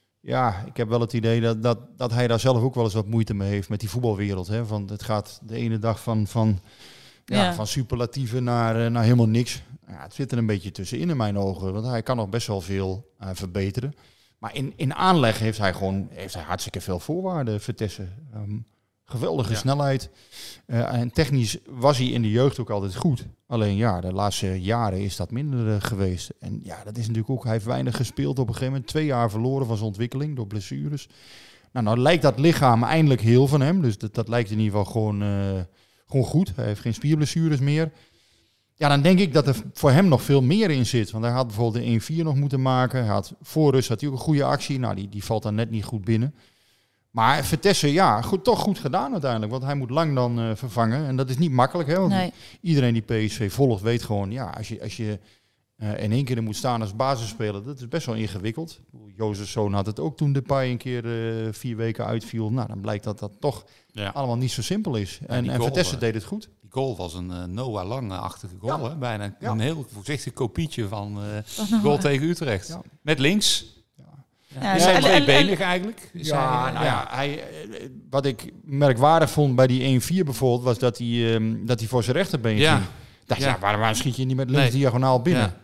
ja, ik heb wel het idee dat, dat, dat hij daar zelf ook wel eens wat moeite mee heeft met die voetbalwereld. Hè? Want het gaat de ene dag van, van, ja, ja. van superlatieven naar, naar helemaal niks. Ja, het zit er een beetje tussenin in mijn ogen, want hij kan nog best wel veel uh, verbeteren. Maar in, in aanleg heeft hij gewoon heeft hij hartstikke veel voorwaarden, Vertessen. Um, Geweldige ja. snelheid. Uh, en technisch was hij in de jeugd ook altijd goed. Alleen ja, de laatste jaren is dat minder uh, geweest. En ja, dat is natuurlijk ook... Hij heeft weinig gespeeld op een gegeven moment. Twee jaar verloren van zijn ontwikkeling door blessures. Nou, nou lijkt dat lichaam eindelijk heel van hem. Dus dat, dat lijkt in ieder geval gewoon, uh, gewoon goed. Hij heeft geen spierblessures meer. Ja, dan denk ik dat er voor hem nog veel meer in zit. Want hij had bijvoorbeeld de één vier nog moeten maken. Hij had voor rust had hij ook een goede actie. Nou, die, die valt dan net niet goed binnen. Maar Vertessen, ja, goed, toch goed gedaan uiteindelijk. Want hij moet lang dan uh, vervangen. En dat is niet makkelijk. Hè? Want nee. Iedereen die P S V volgt weet gewoon... ja, als je, als je uh, in één keer er moet staan als basisspeler... dat is best wel ingewikkeld. Jozef's zoon had het ook toen Depay een keer uh, vier weken uitviel. Nou, dan blijkt dat dat toch ja. allemaal niet zo simpel is. En, en, en Vertessen uh, deed het goed. Die goal was een uh, Noah Lang-achtige goal. Ja. Hè? Bijna ja. een heel voorzichtig kopietje van uh, de goal tegen Utrecht. Ja. Met links... Ja, die zijn tweebenig eigenlijk. Ja, hij, nou ja, hij, wat ik merkwaardig vond bij die één vier bijvoorbeeld... was dat hij, um, dat hij voor zijn rechterbeen ja. ging. Dacht, ja. ja, waarom, waarom schiet je niet met links nee. diagonaal binnen? Ja.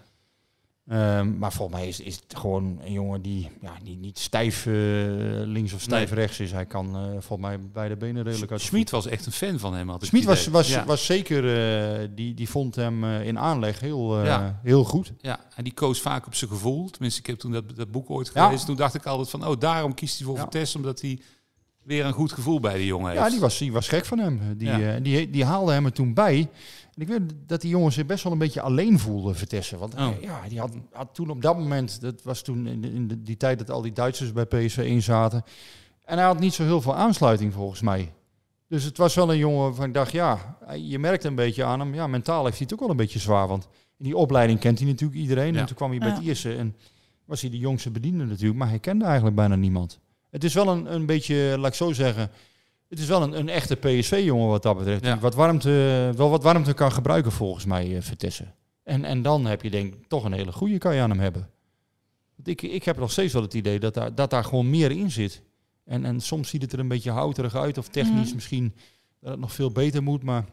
Um, maar volgens mij is, is het gewoon een jongen die, ja, die niet stijf uh, links of stijf nee. rechts is. Hij kan uh, volgens mij beide benen redelijk uit. Schmid was echt een fan van hem. Schmid was, was, ja. was zeker, uh, die, die vond hem uh, in aanleg heel, uh, ja. heel goed. Ja, en die koos vaak op zijn gevoel. Tenminste, ik heb toen dat, dat boek ooit gelezen. Ja. Toen dacht ik altijd van, oh, daarom kiest hij voor ja. Vertessen, omdat hij weer een goed gevoel bij die jongen heeft. Ja, die was, die was gek van hem. Die, ja. uh, die, die haalde hem er toen bij. En ik weet dat die jongen zich best wel een beetje alleen voelde, Vertessen. Want oh. ja, die had, had toen op dat moment, dat was toen in, de, in de, die tijd dat al die Duitsers bij P S V in zaten. En hij had niet zo heel veel aansluiting volgens mij. Dus het was wel een jongen waarvan ik dacht, ja, je merkte een beetje aan hem. Ja, mentaal heeft hij het ook wel een beetje zwaar. Want in die opleiding kent hij natuurlijk iedereen. Ja. En toen kwam hij bij ja. het eerste en was hij de jongste bediende natuurlijk. Maar hij kende eigenlijk bijna niemand. Het is wel een, een beetje, laat ik zo zeggen... Het is wel een, een echte P S V-jongen wat dat betreft. Ja. Die wat warmte, wel wat warmte kan gebruiken volgens mij, uh, Vertessen. En, en dan heb je denk ik toch een hele goede kan je aan hem hebben. Want ik, ik heb nog steeds wel het idee dat daar, dat daar gewoon meer in zit. En, en soms ziet het er een beetje houterig uit of technisch mm. misschien dat het nog veel beter moet. Maar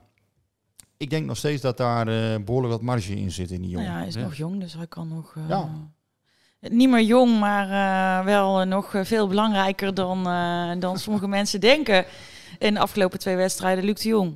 ik denk nog steeds dat daar uh, behoorlijk wat marge in zit in die jongen. Nou ja, hij is ja. nog jong, dus hij kan nog... Uh... Ja. Niet meer jong, maar uh, wel uh, nog uh, veel belangrijker dan, uh, dan sommige mensen denken. In de afgelopen twee wedstrijden, Luc de Jong.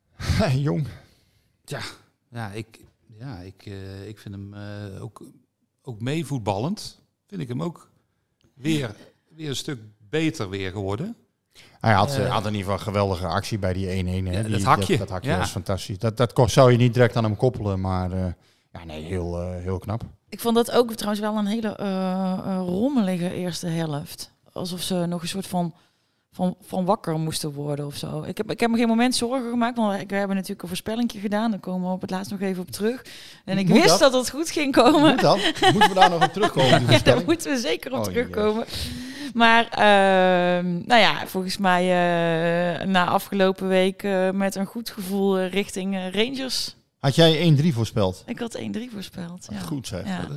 Jong. Ja, ja, ik, ja ik, uh, ik vind hem uh, ook, ook meevoetballend. Vind ik hem ook weer, weer een stuk beter weer geworden. Hij had, uh, had in ieder geval een geweldige actie bij die één een. Ja, dat hakje. Dat, dat hakje ja. was fantastisch. Dat, dat zou je niet direct aan hem koppelen, maar uh, ja, nee, heel, uh, heel knap. Ik vond dat ook trouwens wel een hele uh, uh, rommelige eerste helft. Alsof ze nog een soort van, van, van wakker moesten worden of zo. Ik heb, ik heb me geen moment zorgen gemaakt, want we hebben natuurlijk een voorspellingje gedaan. Daar komen we op het laatst nog even op terug. En ik Moet wist dat? dat het goed ging komen. Moet dat? Moeten we daar nog op terugkomen? Die ja, daar moeten we zeker op oh, terugkomen. Yes. Maar uh, nou ja, volgens mij uh, na afgelopen week uh, met een goed gevoel uh, richting uh, Rangers... Had jij één drie voorspeld? Ik had één drie voorspeld, ja. Goed zeg. Ja.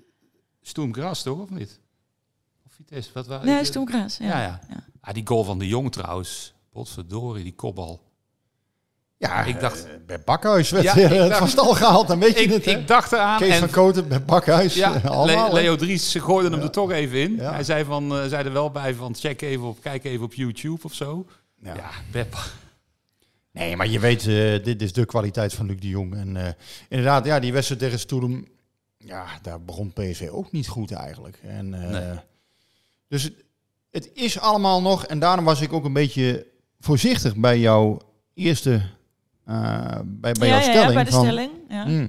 Stoemgras toch, of niet? Of Vitesse? Wat waren nee, Stoemgras, ja. Ja, ja. ja. Ah, die goal van de Jong trouwens. Potverdorie, die kopbal. Ja, ik dacht... Uh, bij Bakhuis werd ja, weer het van stal gehaald, dan weet je ik, het. Hè? Ik dacht eraan. Kees en, van Koten bij Bakhuis. Ja, allemaal, Le- Leo Dries gooide hem ja. er toch even in. Ja. Hij zei, van, uh, zei er wel bij van check even op, kijk even op YouTube of zo. Ja, ja Pep. Nee, maar je weet, uh, dit is de kwaliteit van Luc de Jong. En uh, inderdaad, ja, die wedstrijd tegen Sturm, ja, daar begon P S V ook niet goed eigenlijk. En, uh, nee. Dus het, het is allemaal nog, en daarom was ik ook een beetje voorzichtig bij jouw eerste, uh, bij, bij ja, jouw stelling. Ja, bij de van, stelling, ja. Hmm,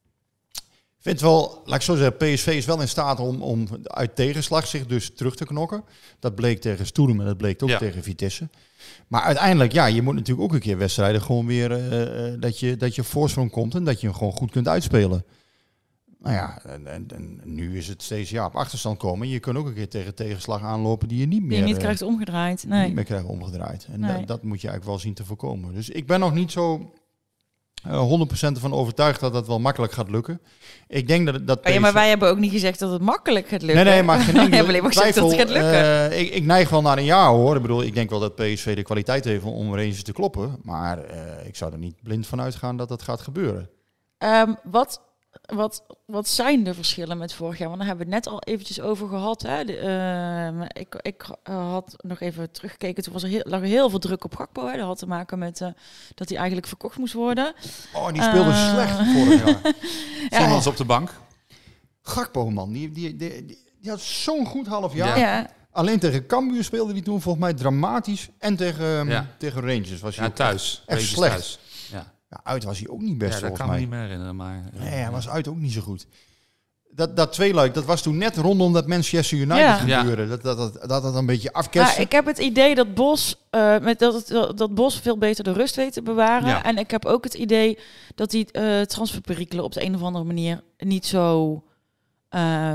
ik vind wel, laat ik zo zeggen, P S V is wel in staat om, om uit tegenslag zich dus terug te knokken. Dat bleek tegen Sturm en dat bleek ook ja. tegen Vitesse. Maar uiteindelijk, ja, je moet natuurlijk ook een keer wedstrijden gewoon weer uh, dat je dat je voorsprong komt en dat je hem gewoon goed kunt uitspelen. Nou ja, en, en, en nu is het steeds ja, op achterstand komen. Je kunt ook een keer tegen tegenslag aanlopen die je niet meer... Die je niet uh, krijgt omgedraaid. Nee. Niet meer krijgt omgedraaid. En nee. da, dat moet je eigenlijk wel zien te voorkomen. Dus ik ben nog niet zo uh, honderd procent ervan overtuigd dat dat wel makkelijk gaat lukken. Ik denk dat... dat P S V... Ja, maar wij hebben ook niet gezegd dat het makkelijk gaat lukken. Nee, nee, maar geen we hebben alleen maar gezegd dat het gaat lukken. Uh, ik, ik neig wel naar een ja hoor. Ik bedoel, ik denk wel dat P S V de kwaliteit heeft om Rangers te kloppen. Maar uh, ik zou er niet blind van uitgaan dat dat gaat gebeuren. Um, wat... Wat, wat zijn de verschillen met vorig jaar? Want daar hebben we het net al eventjes over gehad. Hè? De, uh, ik ik uh, had nog even teruggekeken. Toen was er heel, lag er heel veel druk op Gakpo. Hè? Dat had te maken met uh, dat hij eigenlijk verkocht moest worden. Oh, die speelde uh, slecht vorig jaar. Sommels ja. op de bank. Gakpo, man. Die, die, die, die, die had zo'n goed half jaar. Ja. Ja. Alleen tegen Cambuur speelde hij toen volgens mij dramatisch. En tegen, um, ja. tegen Rangers was hij ja, ook thuis. echt Rangers slecht. Thuis. Ja. Ja, uit was hij ook niet best, ja, volgens mij. mij. Dat kan me niet meer herinneren, maar... Nee, hij was uit ook niet zo goed. Dat, dat tweeluik, dat was toen net rondom dat Manchester United ja. gebeurde. Ja. Dat, dat, dat, dat dat een beetje afketste. Ja, ik heb het idee dat Bos, uh, met dat, het, dat Bos veel beter de rust weet te bewaren. Ja. En ik heb ook het idee dat die uh, transferperikelen op de een of andere manier niet zo uh,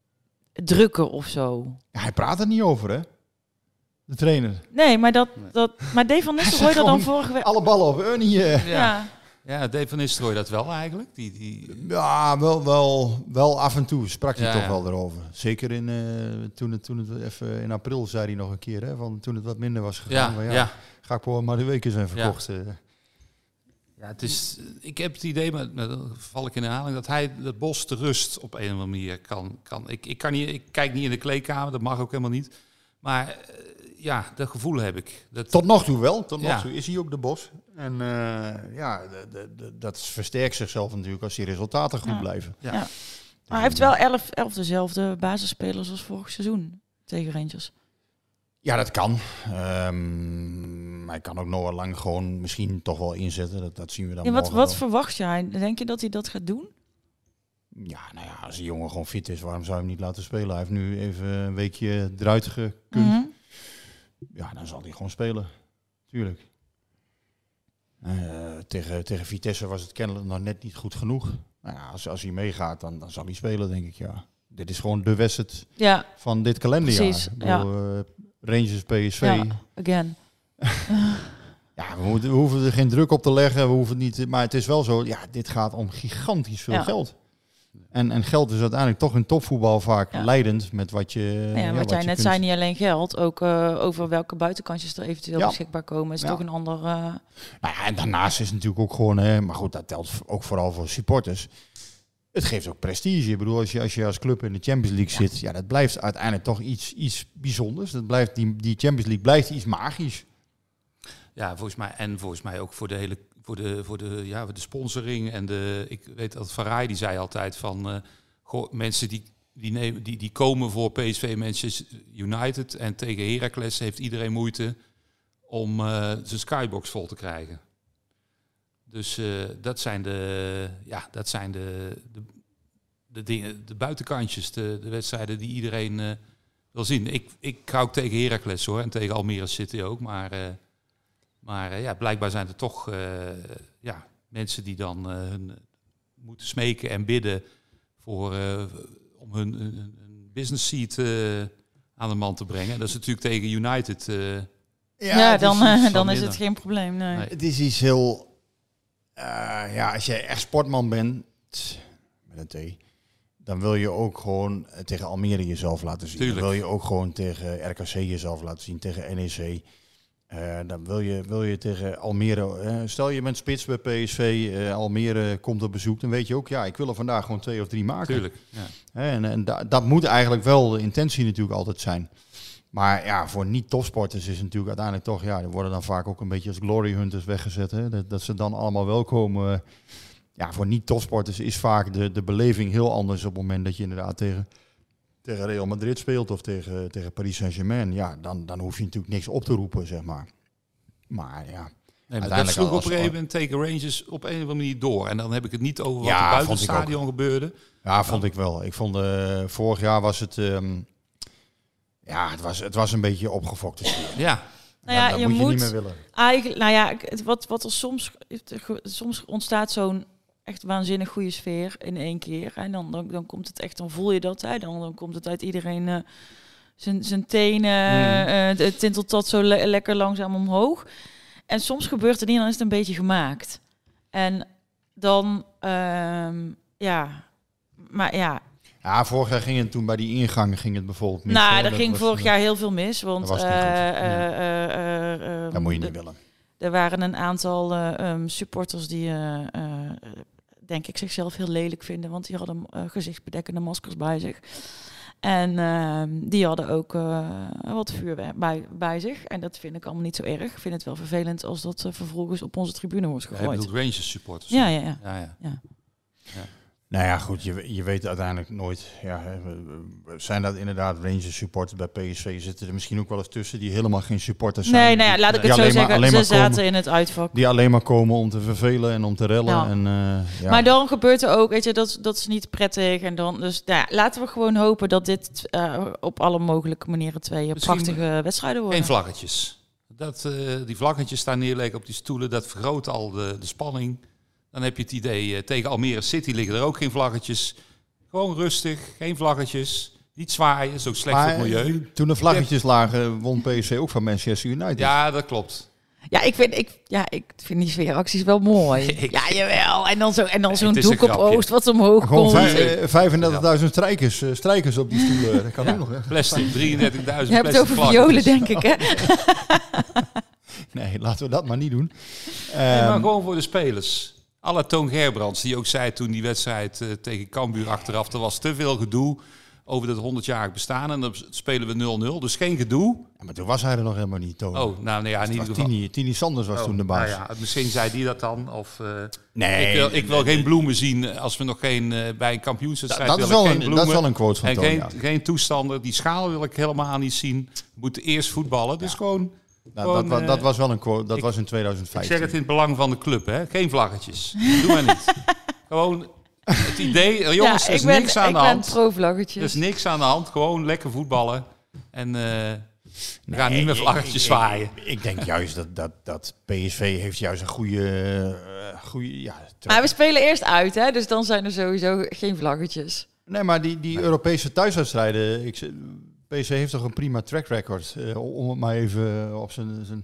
drukken of zo. Ja, hij praat er niet over, hè? De trainer. Nee, maar dat, dat maar Dave van Nistelrooy dat dan vorige week... Alle ballen op Ernie. Uh. Ja. ja. Ja, Dave van Nistelrooy dat wel eigenlijk. Die, die... Ja, wel, wel, wel af en toe sprak hij ja, toch ja. wel erover. Zeker in, uh, toen, het, toen het even in april zei hij nog een keer, hè, van toen het wat minder was gegaan. Ja, maar ja, ja. ga ik voor maar de weken zijn verkocht. Ja. Uh. Ja, het is, ik heb het idee, maar dan val ik in herhaling, dat hij dat Bos de rust op een of andere manier kan. kan. Ik, ik, kan niet, ik kijk niet in de kleedkamer, dat mag ook helemaal niet. Maar uh, ja, dat gevoel heb ik. Dat... Tot nog toe wel. Tot nog ja. toe is hij ook de Bos. En uh, ja, de, de, de, dat versterkt zichzelf natuurlijk als die resultaten goed ja. blijven. Ja. Ja. Maar hij heeft wel elf, elf dezelfde basisspelers als vorig seizoen tegen Rangers. Ja, dat kan. Um, hij kan ook Noah Lang gewoon misschien toch wel inzetten. Dat, dat zien we dan ja, wat, morgen wat wel. verwacht jij? Denk je dat hij dat gaat doen? Ja, nou ja, als die jongen gewoon fit is, waarom zou je hem niet laten spelen? Hij heeft nu even een weekje eruit gekund. Mm-hmm. Ja, dan zal hij gewoon spelen. Tuurlijk. Uh, tegen, tegen Vitesse was het kennelijk nog net niet goed genoeg. Nou ja, als, als hij meegaat, dan, dan zal hij spelen, denk ik, ja. Dit is gewoon de wedstrijd ja. van dit kalenderjaar. Precies, ja. uh, Rangers, P S V. Ja, again. Ja, we, moeten, we hoeven er geen druk op te leggen. We hoeven niet, maar het is wel zo, ja, dit gaat om gigantisch veel ja. geld. En, en geld is uiteindelijk toch in topvoetbal vaak ja. leidend met wat je... Ja, ja, wat, wat jij net kunt... zei, niet alleen geld. Ook uh, over welke buitenkantjes er eventueel ja. beschikbaar komen. Is ja. toch een ander... Uh... Nou ja, en daarnaast is het natuurlijk ook gewoon... Hè, maar goed, dat telt ook vooral voor supporters. Het geeft ook prestige. Ik bedoel, als je als, je als club in de Champions League ja. zit... Ja, dat blijft uiteindelijk toch iets, iets bijzonders. Dat blijft, die, die Champions League blijft iets magisch. Ja, volgens mij. En volgens mij ook voor de hele... Voor de, voor de, ja, de sponsoring en de... Ik weet dat Farai, die zei altijd van... Uh, goh, mensen die, die, nemen, die, die komen voor P S V Manchester United... en tegen Heracles heeft iedereen moeite om uh, zijn skybox vol te krijgen. Dus uh, dat zijn de... Ja, dat zijn de, de, de dingen, de buitenkantjes, de, de wedstrijden die iedereen uh, wil zien. Ik, ik hou ook tegen Heracles hoor, en tegen Almere City ook, maar... Uh, Maar uh, ja, blijkbaar zijn er toch uh, ja, mensen die dan uh, hun moeten smeken en bidden voor, uh, om hun, hun, hun business seat uh, aan de man te brengen. Dat is natuurlijk tegen United. Uh, ja, ja dan, uh, dan is het geen probleem. Nee. Nee. Het is iets heel... Uh, ja, als je echt sportman bent, met een T, dan wil je ook gewoon tegen Almere jezelf laten zien. Tuurlijk. Dan wil je ook gewoon tegen R K C jezelf laten zien, tegen N E C. Uh, dan wil je, wil je tegen Almere... Uh, stel je bent spits bij P S V, uh, Almere komt op bezoek... dan weet je ook, ja, ik wil er vandaag gewoon twee of drie maken. Tuurlijk, ja. Uh, en en da- dat moet eigenlijk wel de intentie natuurlijk altijd zijn. Maar ja, voor niet-topsporters is het natuurlijk uiteindelijk toch... ja, die worden dan vaak ook een beetje als glory hunters weggezet. Hè? Dat, dat ze dan allemaal welkomen... Uh, ja, voor niet-topsporters is vaak de, de beleving heel anders... op het moment dat je inderdaad tegen... tegen Real Madrid speelt of tegen, tegen Paris Saint-Germain, ja, dan, dan hoef je natuurlijk niks op te roepen, zeg maar. Maar ja, nee, maar dat sloeg op een gegeven moment tegen Rangers op een of andere manier door. En dan heb ik het niet over wat ja, er buiten het stadion gebeurde. Ja, vond dan. ik wel. Ik vond, uh, vorig jaar was het, um, ja, het was, het was een beetje opgefokte sfeer. Ja. Nou ja, dat je moet je moet niet meer willen. Eigenlijk, nou ja, wat, wat er soms, soms ontstaat zo'n echt waanzinnig goede sfeer in één keer. En dan, dan, dan komt het echt, dan voel je dat. Hè? Dan, dan komt het uit iedereen uh, zijn, zijn tenen, mm. uh, het tintelt dat zo le- lekker langzaam omhoog. En soms gebeurt het niet, dan is het een beetje gemaakt. En dan, uh, ja, maar ja. Ja, vorig jaar ging het toen bij die ingang ging het bijvoorbeeld mis. Nou, hè? er ging was, vorig jaar heel veel mis, want dat, uh, uh, ja. uh, uh, uh, dat moet je niet de, willen. Er waren een aantal uh, um, supporters die, uh, uh, denk ik, zichzelf heel lelijk vinden, want die hadden uh, gezichtsbedekkende maskers bij zich. En uh, die hadden ook uh, wat vuur bij, bij zich. En dat vind ik allemaal niet zo erg. Ik vind het wel vervelend als dat uh, vervolgens op onze tribune wordt gegooid. Ja, je bedoelt Rangers supporters? Ja, ja, ja. ja, ja. ja. ja. Nou ja, goed, je, je weet uiteindelijk nooit. Ja, zijn dat inderdaad Rangers supporters bij P S V? Zitten er misschien ook wel eens tussen die helemaal geen supporters zijn? Nee, nou ja, laat ik het zo zeggen. Maar, ze maar zaten komen, in het uitvak. Die alleen maar komen om te vervelen en om te rellen. Ja. En, uh, ja. Maar dan gebeurt er ook, weet je, dat, dat is niet prettig. En dan, dus nou ja, laten we gewoon hopen dat dit uh, op alle mogelijke manieren twee misschien prachtige wedstrijden worden. Geen vlaggetjes. Dat uh, die vlaggetjes staan neerleggen op die stoelen, dat vergroot al de, de spanning. Dan heb je het idee, uh, tegen Almere City liggen er ook geen vlaggetjes. Gewoon rustig, geen vlaggetjes. Niet zwaaien, is ook slecht maar, voor het milieu. Toen de vlaggetjes lagen, won P S V ook van Manchester United. Ja, dat klopt. Ja, ik vind, ik, ja, ik vind die sfeeracties wel mooi. ik, ja, jawel. En dan, zo, en dan zo'n doek op Oost wat omhoog gewoon komt. Gewoon vijfendertigduizend ja. strijkers, uh, strijkers op die stoelen. Dat kan ja. ook nog. Hè? Plastic, drieëndertigduizend Je hebt het over violen, denk ik, hè? Nee, laten we dat maar niet doen. Um, nee, maar gewoon voor de spelers. Alle Toon Gerbrands, die ook zei toen die wedstrijd uh, tegen Cambuur achteraf, er was te veel gedoe over dat honderdjarig bestaan en dan spelen we nul nul. Dus geen gedoe. Ja, maar toen was hij er nog helemaal niet, Toon. Oh, nou nee, ja, in ieder geval. Tini, Tini Sanders was oh, toen de baas. Nou ja, misschien zei die dat dan. Of, uh, nee. Ik wil, ik wil nee, geen bloemen zien als we nog geen, uh, bij een kampioenswedstrijd dat, dat, wil is geen een, bloemen. dat is wel een quote van en Toon, geen, ja. geen toestander. Die schaal wil ik helemaal niet zien. We moeten eerst voetballen. Dus ja. gewoon... Nou, Gewoon, dat, dat uh, was wel een quote, dat ik, was in tweeduizend vijftien. Ik zeg het in het belang van de club, hè? Geen vlaggetjes. Doe maar niet. Gewoon het idee, jongens, ja, er is ben, niks aan de hand. pro-vlaggetjes. Er is niks aan de hand. Gewoon lekker voetballen. En uh, we nee, gaan niet meer vlaggetjes ik, zwaaien. Ik, ik denk juist dat, dat, dat P S V heeft juist een goede... Uh, goede ja, maar we spelen eerst uit, hè? Dus dan zijn er sowieso geen vlaggetjes. Nee, maar die, die nee. Europese thuiswedstrijden... Ik, P S V heeft toch een prima track record, uh, om het maar even op zijn, zijn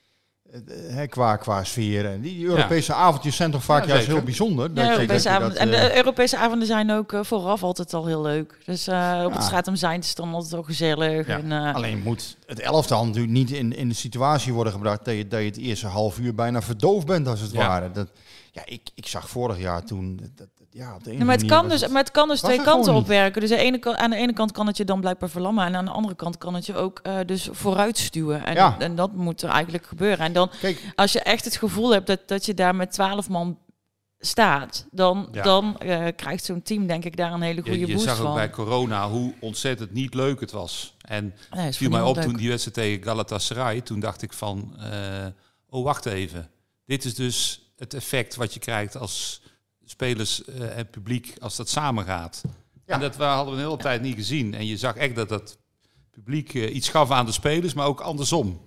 uh, qua, qua sfeer. En die, die Europese ja. avondjes zijn toch vaak ja, juist heel bijzonder. Ja, dat Europese avond, dat, uh, en de Europese avonden zijn ook uh, vooraf altijd al heel leuk. Dus uh, op ja. het Stratum zijn is dan altijd wel gezellig. Ja. En, uh, Alleen moet het elftal natuurlijk niet in, in de situatie worden gebracht dat je, dat je het eerste half uur bijna verdoofd bent als het ja. ware. Dat, ja, ik, ik zag vorig jaar toen... Dat, Ja, op de ene ja, maar, het kan dus, het, maar het kan dus twee kanten opwerken. Dus de ene kant, aan de ene kant kan het je dan blijkbaar verlammen. En aan de andere kant kan het je ook uh, dus vooruit stuwen. En, ja. en dat moet er eigenlijk gebeuren. En dan, Kijk, als je echt het gevoel hebt dat, dat je daar met twaalf man staat, dan, ja. dan uh, krijgt zo'n team denk ik daar een hele goede je, je boost van. Je zag ook bij corona hoe ontzettend niet leuk het was. En nee, het viel mij op leuk. Toen die wedstrijd tegen Galatasaray. Toen dacht ik van, uh, oh wacht even. Dit is dus het effect wat je krijgt als... spelers uh, en publiek als dat samengaat. Ja. En dat we, hadden we een hele tijd niet gezien. En je zag echt dat dat publiek uh, iets gaf aan de spelers, maar ook andersom.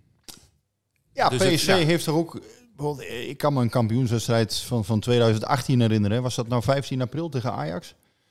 Ja, dus P S V het, ja. heeft er ook... Ik kan me een kampioenswedstrijd van, van tweeduizend achttien herinneren. Was dat nou vijftien april tegen Ajax?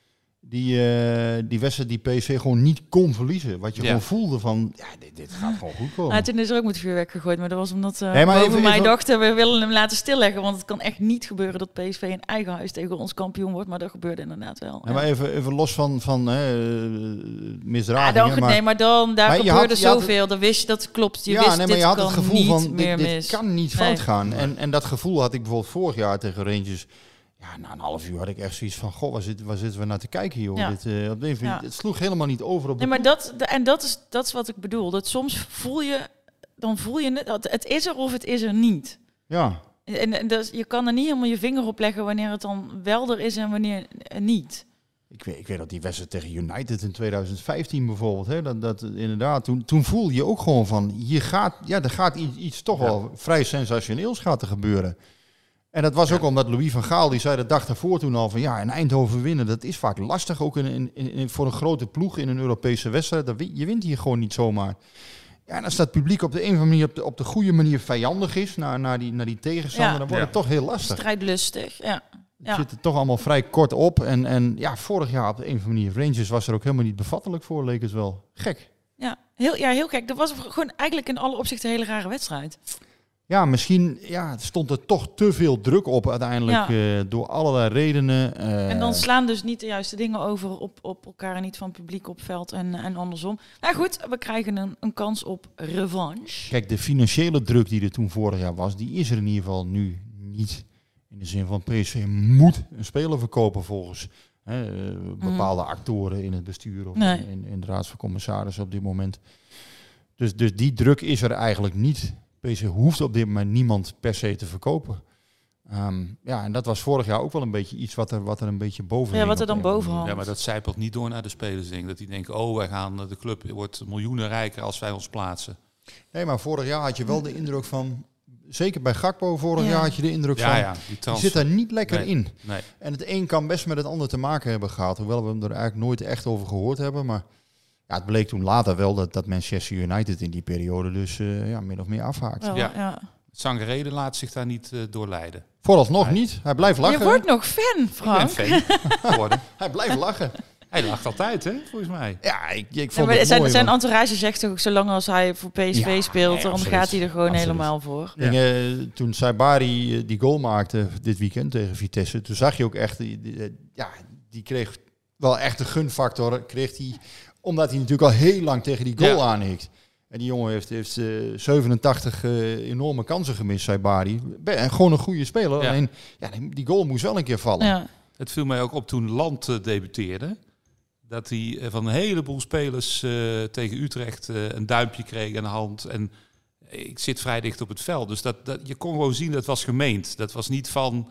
die, uh, die wedstrijd die P S V gewoon niet kon verliezen. Wat je Ja. gewoon voelde van, ja, dit, dit gaat gewoon goed komen. Nou, toen is er ook met vuurwerk gegooid, maar dat was omdat uh, Nee, maar boven even- mij even- dachten, we willen hem laten stilleggen, want het kan echt niet gebeuren dat P S V in eigen huis tegen ons kampioen wordt, maar dat gebeurde inderdaad wel. Ja, maar even, even los van, van hè, Ja, misdragingen. dan, maar, nee, maar dan, daar Maar je gebeurde had- je had- zoveel, dat wist je, dat klopt. Je ja, wist, nee, maar dit je had kan het gevoel niet van, meer dit, dit mis. kan niet Nee. fout gaan. En, en dat gevoel had ik bijvoorbeeld vorig jaar tegen Rangers. Ja, na een half uur had ik echt zoiets van, goh, waar, zit, waar zitten we naar te kijken hier? Ja. Dit, uh, op de een of andere- Ja. Het sloeg helemaal niet over op de Nee, maar dat, de- en dat is, dat is wat ik bedoel. Dat soms voel je, dan voel je het, dat het is er of het is er niet. Ja. En, en dus je kan er niet helemaal je vinger op leggen wanneer het dan wel er is en wanneer niet. Ik weet, ik weet dat die wedstrijd tegen United in tweeduizend vijftien bijvoorbeeld, hè, dat, dat inderdaad, toen, toen voelde je ook gewoon van, hier gaat, ja, er gaat iets, iets toch wel vrij sensationeels gaat er gebeuren. En dat was ook omdat Louis van Gaal, die zei de dag daarvoor toen al van, ja, in Eindhoven winnen, dat is vaak lastig, ook in, in, in, voor een grote ploeg in een Europese wedstrijd. Dat, win- je wint hier gewoon niet zomaar. Ja, en als dat publiek op de een of andere manier, op de, op de goede manier vijandig is naar, naar, die, naar die tegenstander, Ja. dan wordt het toch heel lastig. Strijdlustig, ja. Het ja. zit er toch allemaal vrij kort op. En, en ja, vorig jaar op de een of andere manier, Rangers was er ook helemaal niet bevattelijk voor, leek het wel. Gek. Ja, heel, ja, heel gek. Dat was gewoon eigenlijk in alle opzichten een hele rare wedstrijd. Ja, misschien ja, stond er toch te veel druk op uiteindelijk Ja. eh, door allerlei redenen. eh. En dan slaan dus niet de juiste dingen over op, op elkaar en niet van publiek op veld en, en andersom. Nou goed, we krijgen een, een kans op revanche. Kijk, de financiële druk die er toen vorig jaar was, die is er in ieder geval nu niet. In de zin van P S V moet een speler verkopen volgens hè, eh, bepaalde actoren in het bestuur of Nee. in, in de raad van commissarissen op dit moment. Dus, dus die druk is er eigenlijk niet. P S V hoeft op dit moment niemand per se te verkopen. Ehm, ja, en dat was vorig jaar ook wel een beetje iets wat er, wat er een beetje boven Ja, hing wat er op dan een of andere boven manier. hangt. Ja, maar dat zijpelt niet door naar de spelers, denk ik. Dat die denken, oh, wij gaan, de club wordt miljoenen rijker als wij ons plaatsen. Nee, maar vorig jaar had je wel de indruk van, zeker bij Gakpo vorig Ja. jaar had je de indruk Ja, van, ja, die die transfer. zit daar niet lekker Nee. in. Nee. En het een kan best met het ander te maken hebben gehad, hoewel we hem er eigenlijk nooit echt over gehoord hebben. Maar ja, het bleek toen later wel dat, dat Manchester United in die periode dus uh, ja, min of meer afhaakt. Wel, Ja. ja. Sangaré laat zich daar niet uh, door leiden. Vooralsnog Nee. niet. Hij blijft lachen. Je wordt nog fan, Frank. Ik ben fan geworden. Hij blijft lachen. Hij lacht altijd, hè, volgens mij. Ja, ik, ik Ja, vond maar het zijn, mooi. zijn want- entourage zegt toch ook, zolang als hij voor P S V Ja, speelt, nee, dan absoluut. gaat hij er gewoon Absoluut. helemaal voor. Ik, uh, toen Saibari uh, die goal maakte dit weekend tegen Vitesse, toen zag je ook echt, die, die, uh, ja, die kreeg wel echt een gunfactor, kreeg hij, omdat hij natuurlijk al heel lang tegen die goal Ja. aanhikt. En die jongen heeft, heeft uh, zevenentachtig uh, enorme kansen gemist, Saibari. En gewoon een goede speler, Ja. alleen ja, die goal moest wel een keer vallen. Ja. Het viel mij ook op toen Land uh, debuteerde. Dat hij uh, van een heleboel spelers uh, tegen Utrecht uh, een duimpje kreeg en een hand. En ik zit vrij dicht op het veld. Dus dat, dat, je kon gewoon zien dat was gemeend. Dat was niet van,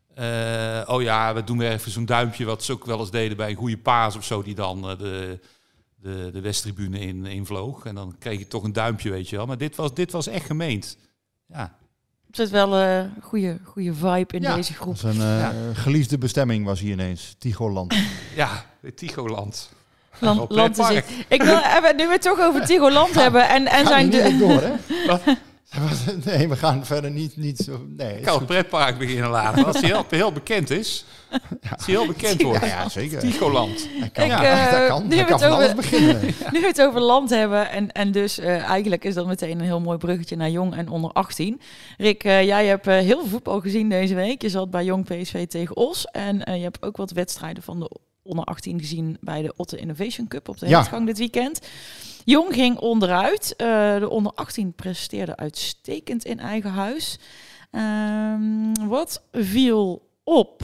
uh, oh ja, we doen weer even zo'n duimpje. Wat ze ook wel eens deden bij een goede paas of zo. Die dan uh, de, de, de Westtribune in, invloog. En dan kreeg je toch een duimpje, weet je wel. Maar dit was, dit was echt gemeend. Ja. Er zit wel een uh, goede, goede vibe in Ja, deze groep. Dat is een uh, ja. geliefde bestemming was hier ineens, Tigoland. Ja, Tigoland. Land, land is ik. ik wil even, nu we het toch over Tigoland hebben en, en zijn de... door, hè? Nee, we gaan verder niet, niet zo... Nee, ik kan het pretpark beginnen laten. Als hij heel, heel bekend is. Ja. Als hij heel bekend wordt. Ja, ja zeker. Tigoland. Hij kan, ik, ja, uh, dat kan, nu hij kan we van over, alles beginnen. Ja. Nu we het over land hebben. En, en dus uh, eigenlijk is dat meteen een heel mooi bruggetje naar Jong en onder achttien. Rick, uh, jij hebt uh, heel veel voetbal gezien deze week. Je zat bij Jong P S V tegen Os. En uh, je hebt ook wat wedstrijden van de onder achttien gezien bij de Otte Innovation Cup op de ja. hertgang dit weekend. Jong ging onderuit. Uh, de onder achttien presteerde uitstekend in eigen huis. Um, wat viel op?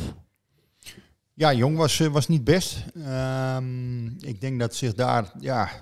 Ja, Jong was, was niet best. Um, ik denk dat zich daar, ja...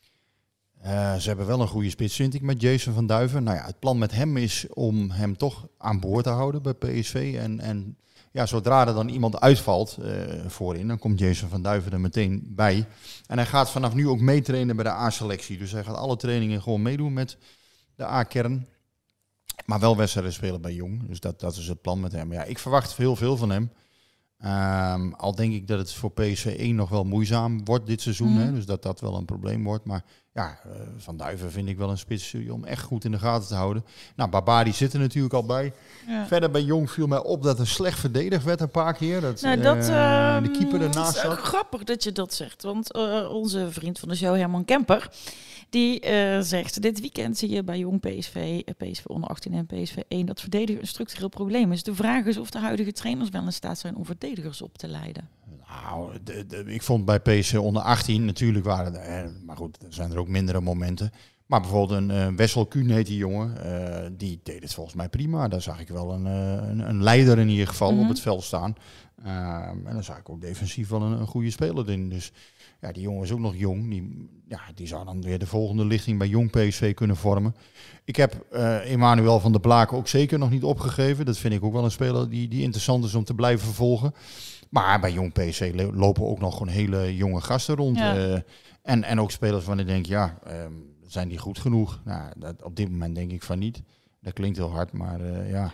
Uh, ze hebben wel een goede spits, vind ik, met Jason van Duiven. Nou ja, het plan met hem is om hem toch aan boord te houden bij P S V. En, en ja, zodra er dan iemand uitvalt uh, voorin, dan komt Jason van Duiven er meteen bij. En hij gaat vanaf nu ook meetrainen bij de A-selectie. Dus hij gaat alle trainingen gewoon meedoen met de A-kern. Maar wel wedstrijden spelen bij Jong. Dus dat, dat is het plan met hem. Ja, ik verwacht heel veel van hem. Um, al denk ik dat het voor P S V één nog wel moeizaam wordt dit seizoen. Mm. Hè, dus dat dat wel een probleem wordt. Maar Ja, uh, Van Duiven vind ik wel een spits om echt goed in de gaten te houden. Nou, Babadi zit er natuurlijk al bij. Ja. Verder bij Jong viel mij op dat er slecht verdedigd werd een paar keer. Dat, nou, dat uh, uh, de keeper ernaast zat. Het is grappig dat je dat zegt. Want uh, onze vriend van de show, Herman Kemper, die uh, zegt... Dit weekend zie je bij Jong P S V, P S V onder achttien en P S V één... dat verdedigen een structureel probleem is. De vraag is of de huidige trainers wel in staat zijn om verdedigers op te leiden. Nou, de, de, ik vond bij P S V onder achttien natuurlijk waren er... Eh, maar goed, er zijn er ook mindere momenten. Maar bijvoorbeeld een uh, Wessel Kuhn heet die jongen. Uh, die deed het volgens mij prima. Daar zag ik wel een, uh, een, een leider in ieder geval mm-hmm. op het veld staan. Uh, en dan zag ik ook defensief wel een, een goede speler in. Dus ja, die jongen is ook nog jong. Die, ja, die zou dan weer de volgende lichting bij Jong P S V kunnen vormen. Ik heb uh, Emmanuel van der Blaak ook zeker nog niet opgegeven. Dat vind ik ook wel een speler die, die interessant is om te blijven volgen. Maar bij Jong P S V lopen ook nog gewoon hele jonge gasten rond. Ja. Uh, en, en ook spelers van ik denk, ja, um, zijn die goed genoeg? Nou, dat, op dit moment denk ik van niet. Dat klinkt heel hard, maar uh, ja.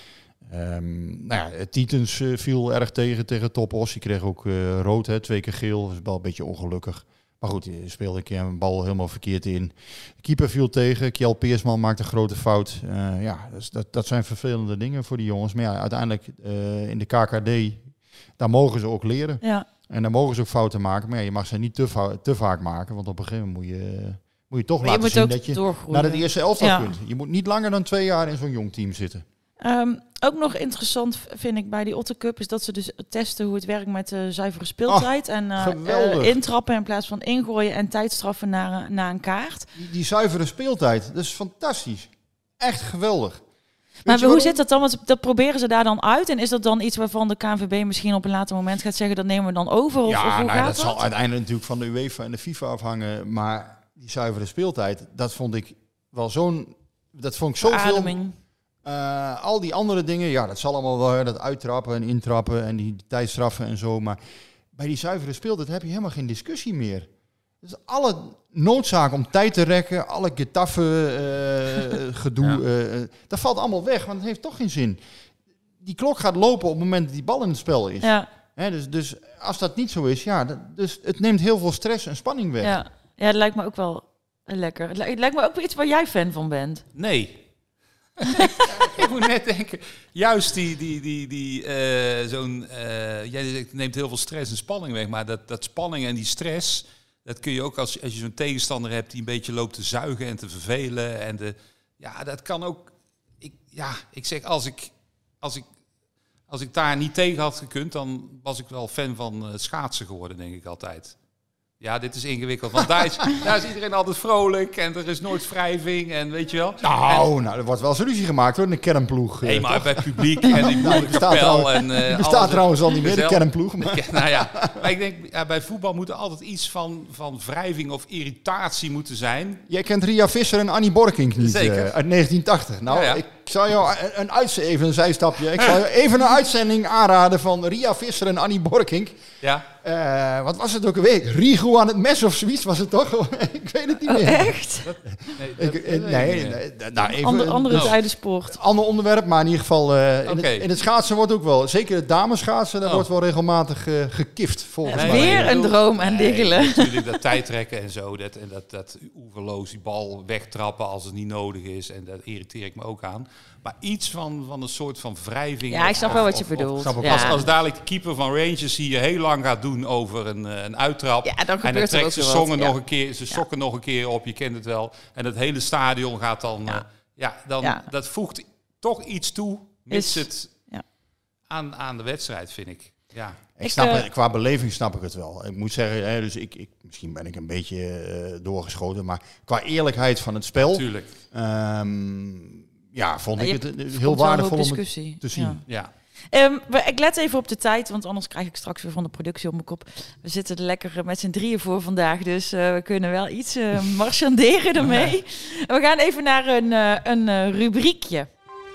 Um, nou ja, Tietens uh, viel erg tegen tegen Topos. Die kreeg ook uh, rood, hè, twee keer geel. Dat is wel een beetje ongelukkig. Maar goed, die speelde een keer een bal helemaal verkeerd in. De keeper viel tegen. Kjell Peersman maakte een grote fout. Uh, ja, dus dat, dat zijn vervelende dingen voor die jongens. Maar ja, uiteindelijk uh, in de K K D... daar mogen ze ook leren. Ja. En daar mogen ze ook fouten maken. Maar ja, je mag ze niet te, va- te vaak maken. Want op een gegeven moment moet je, moet je toch maar laten je zien dat je doorgroeien. Naar het eerste elftal ja. kunt. Je moet niet langer dan twee jaar in zo'n jong team zitten. Um, ook nog interessant vind ik bij die Otter Cup is dat ze dus testen hoe het werkt met uh, zuivere speeltijd. Oh, en uh, uh, intrappen in plaats van ingooien en tijdstraffen naar, naar een kaart. Die, die zuivere speeltijd, dat is fantastisch. Echt geweldig. Maar hoe zit dat dan? Want dat proberen ze daar dan uit? En is dat dan iets waarvan de K N V B misschien op een later moment gaat zeggen... dat nemen we dan over? Of, ja, of hoe nou, gaat dat, dat zal uiteindelijk natuurlijk van de UEFA en de FIFA afhangen. Maar die zuivere speeltijd, dat vond ik wel zo'n... Dat vond ik zoveel... Uh, al die andere dingen, ja, dat zal allemaal wel, dat uittrappen en intrappen en die tijdstraffen en zo. Maar bij die zuivere speeltijd heb je helemaal geen discussie meer. Dus alle noodzaak om tijd te rekken, alle Getafe uh, gedoe, ja. uh, dat valt allemaal weg, want het heeft toch geen zin. Die klok gaat lopen op het moment dat die bal in het spel is. Ja. Hè, dus, dus als dat niet zo is, ja, dat, dus het neemt heel veel stress en spanning weg. Ja, ja, dat lijkt me ook wel lekker. Het lijkt, het lijkt me ook iets waar jij fan van bent. Nee. Ik moet net denken, juist die, die, die, die uh, zo'n, uh, jij neemt heel veel stress en spanning weg, maar dat, dat spanning en die stress, dat kun je ook als, als je zo'n tegenstander hebt die een beetje loopt te zuigen en te vervelen. En de, ja, dat kan ook, ik, ja, ik zeg, als ik, als ik, als ik daar niet tegen had gekund, dan was ik wel fan van uh, schaatsen geworden, denk ik altijd. Ja, dit is ingewikkeld, want daar is, daar is iedereen altijd vrolijk en er is nooit wrijving en weet je wel. Nou, en, nou er wordt wel eens ruzie gemaakt hoor, in de kernploeg. Nee, maar bij het publiek en die nou, kapel. En, uh, die bestaat trouwens al niet meer, de kernploeg. Maar. Nou ja, maar ik denk, ja, bij voetbal moet er altijd iets van, van wrijving of irritatie moeten zijn. Jij kent Ria Visser en Annie Borkink niet, Zeker. Uh, uit negentien tachtig. Nou, ja, ja. ik zal jou een, een uitzending, even een zijstapje, ik zal je even een uitzending aanraden van Ria Visser en Annie Borkink. Ja. Uh, wat was het ook alweer? Rigo aan het mes of zoiets was het toch? Ik weet het niet oh, meer. Echt? Nee, dat, ik, nee, nee, nee, nou, even, Ander, andere no. tijdensport. Ander onderwerp, maar in ieder geval uh, in, okay. het, in het schaatsen wordt ook wel, zeker het dameschaatsen, daar oh. wordt wel regelmatig uh, gekift volgens nee, mij. Weer een droom aan nee, diggelen. Natuurlijk dat tijdrekken en zo, dat, en dat, dat oeverloos die bal wegtrappen als het niet nodig is en dat irriteer ik me ook aan. Maar iets van, van een soort van wrijving. Ja, ik snap of, wel wat je of, bedoelt. Of, ja. als, als dadelijk de keeper van Rangers hier heel lang gaat doen over een, een uittrap. Ja, dan en dan trekt zijn songen ja. nog een keer, zijn sokken ja. nog een keer op, je kent het wel. En het hele stadion gaat dan... Ja, uh, ja dan ja. dat voegt toch iets toe, mits Is, het ja. aan, aan de wedstrijd, vind ik. Ja. Ik snap uh, het, qua beleving snap ik het wel. Ik moet zeggen, hè, dus ik, ik, misschien ben ik een beetje uh, doorgeschoten, maar qua eerlijkheid van het spel... Tuurlijk. Um, ja, vond ik het heel waardevol om het te zien. Ja. ja. Um, ik let even op de tijd, want anders krijg ik straks weer van de productie op mijn kop. We zitten er lekker met z'n drieën voor vandaag, dus uh, we kunnen wel iets uh, marchanderen ermee. We gaan even naar een, uh, een uh, rubriekje.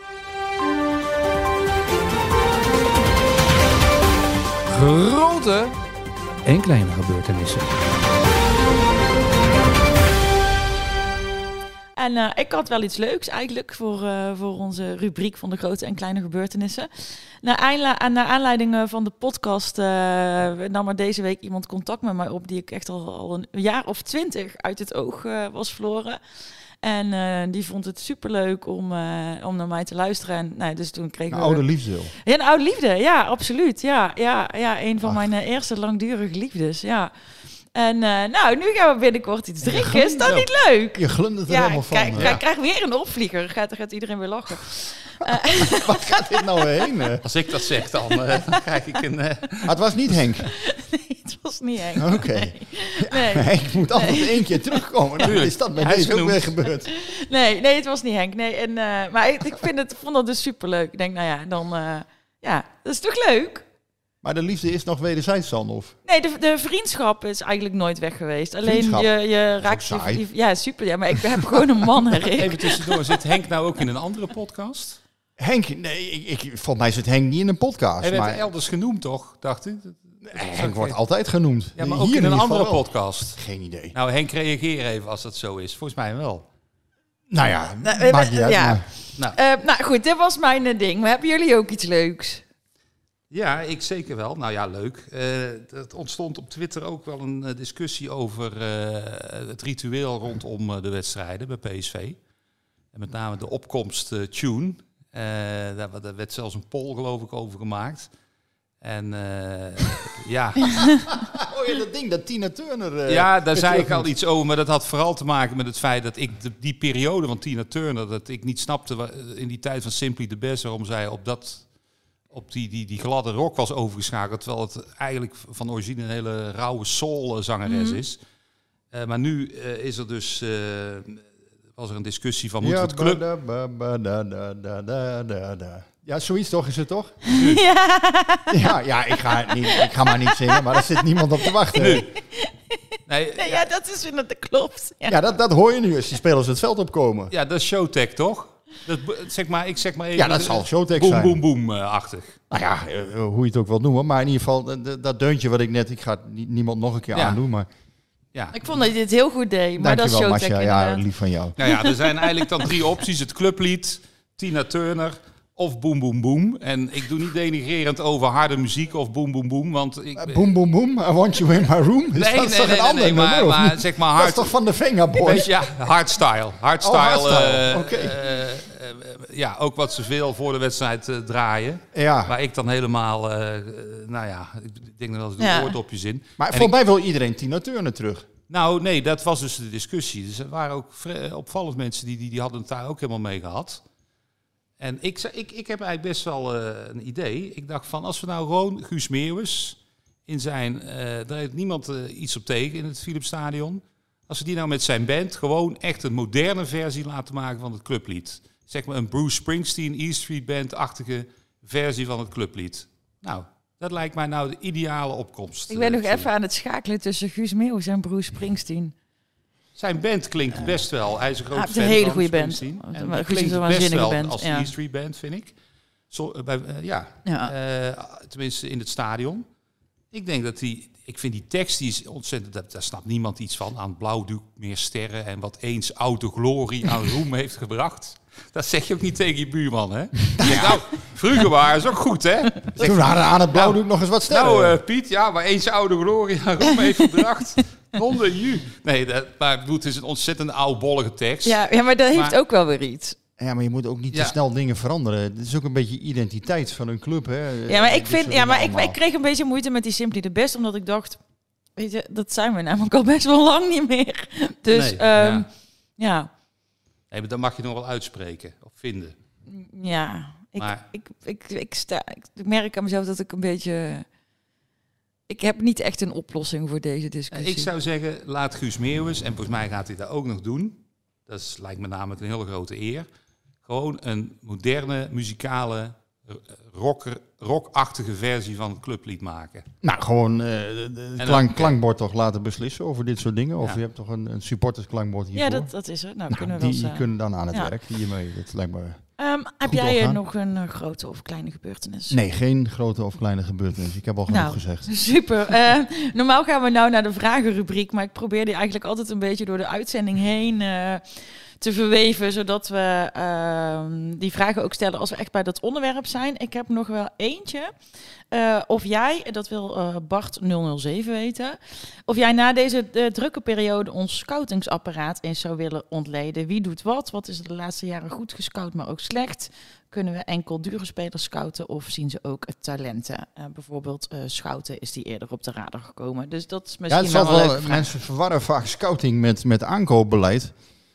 Grote en kleine gebeurtenissen. En uh, ik had wel iets leuks eigenlijk voor, uh, voor onze rubriek van de grote en kleine gebeurtenissen. Naar, aanla- naar aanleiding uh, van de podcast uh, nam er deze week iemand contact met mij op die ik echt al, al een jaar of twintig uit het oog uh, was verloren. En uh, die vond het superleuk om, uh, om naar mij te luisteren. En, nou, dus toen kregen een we... oude liefde. Ja, een oude liefde. Ja, absoluut. Ja, ja, ja een van Ach. mijn uh, eerste langdurige liefdes. Ja. En uh, nou, nu gaan we binnenkort iets drinken. Is dat niet leuk? Je glundert er ja, helemaal van. Kijk, Ja. ik krijg weer een opvlieger. Gaat, gaat iedereen weer lachen. Uh, Waar gaat dit nou heen? hè? Als ik dat zeg, dan, uh, dan krijg ik een... Uh... Maar het was niet Henk. nee, het was niet Henk. Oké. Okay. Nee. Ja, Henk moet altijd nee. één keer terugkomen. Nou, is dat bij Hij deze is ook weer gebeurd? Nee, nee, het was niet Henk. Nee, en, uh, maar ik, ik vind het, vond dat dus superleuk. Ik denk, nou ja, dan... Uh, ja, dat is toch leuk? Maar de liefde is nog wederzijds dan, of? Nee, de, de vriendschap is eigenlijk nooit weg geweest. Alleen je, je raakt je... je ja, super. Ja, maar ik heb gewoon een man, Rick. Even tussendoor, zit Henk nou ook in een andere podcast? Henk, nee, ik, ik, volgens mij zit Henk niet in een podcast. Hij werd maar... elders genoemd, toch? Dacht ik. Nee, Henk wordt altijd genoemd. Ja, maar Hier ook in een ieder andere geval podcast. Geen idee. Nou, Henk, reageer even als dat zo is. Volgens mij wel. Nou ja, nou, maakt niet uit. Ja. Maar... Nou. Uh, nou goed, dit was mijn uh, ding. Maar hebben jullie ook iets leuks? Ja, ik zeker wel. Nou ja, leuk. Uh, het ontstond op Twitter ook wel een uh, discussie over uh, het ritueel rondom uh, de wedstrijden bij P S V. En met name de opkomst uh, tune. Uh, daar, daar werd zelfs een poll, geloof ik, over gemaakt. En uh, ja... Oh ja, dat ding, dat Tina Turner... Uh, ja, daar zei ik al iets over. Maar dat had vooral te maken met het feit dat ik de, die periode van Tina Turner... dat ik niet snapte in die tijd van Simply the Best... waarom zij op dat... op die, die, die gladde rock was overgeschakeld... terwijl het eigenlijk van origine een hele rauwe soul-zangeres mm. is. Uh, maar nu uh, is er dus... Uh, was er een discussie van... moeten we het club... Ja, zoiets toch is het toch? Ja, ja, ja ik, ga niet, ik ga maar niet zingen, maar er zit niemand op te wachten. Nu. Nee, nee, ja, dat is dat klopt. Ja, ja dat, dat hoor je nu als die spelers het veld opkomen. Ja, dat is showtech, toch? Dat, zeg maar, ik zeg maar even... Ja, dat zal showtech boom, zijn. Boom, boom, boom-achtig. Nou ja, uh, hoe je het ook wilt noemen. Maar in ieder geval, dat, dat deuntje wat ik net... Ik ga het nie, niemand nog een keer ja. aandoen, maar... Ja. Ik vond dat je dit heel goed deed, maar Dankjewel, dat is showtech Masja, ja, lief van jou. Nou ja, er zijn eigenlijk dan drie opties. Het clublied, Tina Turner... of Boom Boom Boom. En ik doe niet denigrerend over harde muziek of Boom Boom Boom, want ik... Uh, boom Boom Boom, I want you in my room. Is nee, dat nee, toch nee, een ander nee, maar, nummer, maar zeg maar hard... Dat is toch van de Venga Boys? Ja, hardstyle. Hardstyle. Oh, hardstyle. Uh, okay. uh, uh, ja, ook wat ze veel voor de wedstrijd uh, draaien. Ja. Waar ik dan helemaal, uh, uh, nou ja, ik denk er wel eens ja. oordopjes in. Maar volgens mij wil iedereen Tina Turner terug. Nou, nee, dat was dus de discussie. Dus er waren ook vre- opvallend mensen die, die, die hadden het daar ook helemaal mee gehad. En ik, ik, ik heb eigenlijk best wel uh, een idee. Ik dacht van, als we nou gewoon Guus Meeuwis in zijn... Uh, daar heeft niemand uh, iets op tegen in het Philipsstadion. Als we die nou met zijn band gewoon echt een moderne versie laten maken van het clublied. Zeg maar een Bruce Springsteen, E Street Band-achtige versie van het clublied. Nou, dat lijkt mij nou de ideale opkomst. Ik ben uh, nog even aan het schakelen tussen Guus Meeuwis en Bruce Springsteen. Zijn band klinkt best wel. Hij is een grote ah, fan een hele van goede band. En maar klinkt een best wel band. als ja. de E Street Band, vind ik. Zo, uh, bij, uh, ja, ja. Uh, tenminste in het stadion. Ik denk dat die... Ik vind die tekst, die is ontzettend... Daar, daar snapt niemand iets van. Aan blauwdoek meer sterren en wat eens oude glorie aan roem heeft gebracht. Dat zeg je ook niet tegen je buurman, hè? Ja. Nou, vroeger waren is ook goed, hè? Toen hadden aan het blauwdoek nou, nog eens wat sterren. Nou, uh, Piet, ja, maar eens oude glorie aan roem heeft gebracht. Onder ju. Nee, dat, maar het is een ontzettend oudbollige tekst. Ja, ja, maar dat heeft maar, ook wel weer iets. Ja, maar je moet ook niet ja. te snel dingen veranderen. Het is ook een beetje identiteit van een club, hè? Ja, maar ik vind, ja, maar ik, ik kreeg een beetje moeite met die Simply the Best, omdat ik dacht, weet je, dat zijn we namelijk al best wel lang niet meer. Dus, nee, um, ja. ja. Nee, maar dan mag je nog wel uitspreken of vinden. Ja, ik, maar, ik, ik, ik, ik, sta, ik merk aan mezelf dat ik een beetje... Ik heb niet echt een oplossing voor deze discussie. Ik zou zeggen, laat Guus Meeuwis, en volgens mij gaat hij dat ook nog doen. Dat is, lijkt me namelijk een hele grote eer. Gewoon een moderne, muzikale, rocker, rockachtige versie van het clublied maken. Nou, gewoon het uh, klank, klankbord toch laten beslissen over dit soort dingen? Of ja. je hebt toch een, een supportersklankbord hiervoor? Ja, dat, dat is het. Nou, nou, kunnen we die, wel die eens, kunnen dan aan het ja. werk hiermee. Dat lijkt me um, heb jij uh, nog een uh, grote of kleine gebeurtenis? Nee, geen grote of kleine gebeurtenis. Ik heb al genoeg nou, gezegd. Super. Uh, normaal gaan we nou naar de vragenrubriek, maar ik probeer die eigenlijk altijd een beetje door de uitzending heen... Uh, te verweven, zodat we uh, die vragen ook stellen als we echt bij dat onderwerp zijn. Ik heb nog wel eentje. Uh, of jij, dat wil uh, Bart nul nul zeven weten, of jij na deze uh, drukke periode ons scoutingsapparaat eens zou willen ontleden. Wie doet wat? Wat is er de laatste jaren goed gescout, maar ook slecht? Kunnen we enkel dure spelers scouten of zien ze ook talenten? Uh, bijvoorbeeld uh, Schouten is die eerder op de radar gekomen. Dus dat is misschien ja, het wel een wel, leuke vraag. mensen verwarren vaak scouting met, met aankoopbeleid.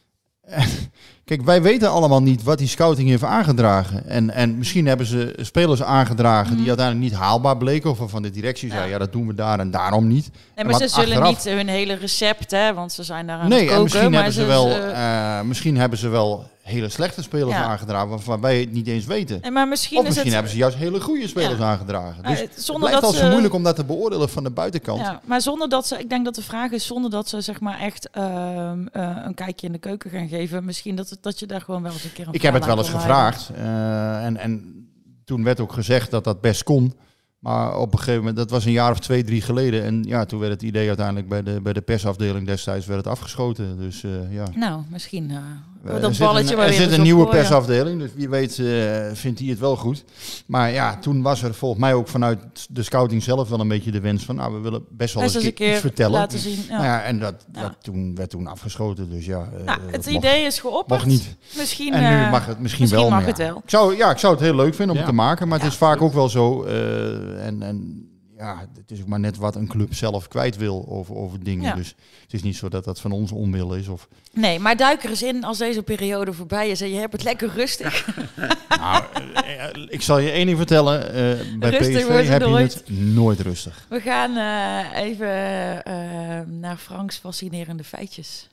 Kijk, wij weten allemaal niet wat die scouting heeft aangedragen. En, en misschien hebben ze spelers aangedragen mm. die uiteindelijk niet haalbaar bleken. Of van de directie zei, ja. ja, dat doen we daar en daarom niet. Nee, maar en ze zullen achteraf... niet hun hele recept, hè, want ze zijn daar aan nee, het koken. En misschien, maar hebben ze ze, wel, ze... uh, misschien hebben ze wel hele slechte spelers ja. aangedragen, waarvan wij het niet eens weten. Nee, maar misschien of is misschien het... hebben ze juist hele goede spelers ja. aangedragen. Dus uh, het blijft al zo ze... moeilijk om dat te beoordelen van de buitenkant. Ja, maar zonder dat ze, ik denk dat de vraag is, zonder dat ze zeg maar echt uh, uh, een kijkje in de keuken gaan geven, misschien dat, het, dat je daar gewoon wel eens een keer een Ik heb het wel eens gevraagd uh, en, en toen werd ook gezegd dat dat best kon. Maar op een gegeven moment, dat was een jaar of twee, drie geleden. En ja, toen werd het idee uiteindelijk bij de, bij de persafdeling destijds werd het afgeschoten. Dus uh, ja. Nou, misschien uh, uh, dat balletje Er weer zit een nieuwe gooien. persafdeling, dus wie weet uh, vindt hij het wel goed. Maar ja, toen was er volgens mij ook vanuit de scouting zelf wel een beetje de wens van, nou, we willen best wel eens een keer iets vertellen. Laten zien, ja. Nou ja, en dat, dat ja. toen werd toen afgeschoten. Dus ja, uh, nou, het mocht, idee is geopperd. Mag niet. Misschien, en nu uh, mag het misschien, misschien wel. Mag ja. het wel. Ik zou, ja, ik zou het heel leuk vinden om ja. het te maken, maar ja. het is vaak ook wel zo. Uh, en, en ja, het is ook maar net wat een club zelf kwijt wil over, over dingen. Ja. Dus het is niet zo dat dat van ons onwil is. Of... Nee, maar duik er eens in als deze periode voorbij is en je hebt het lekker rustig. Nou, ik zal je één ding vertellen. Uh, bij rustig P S V heb nooit. je het nooit rustig. We gaan uh, even uh, naar Franks fascinerende feitjes.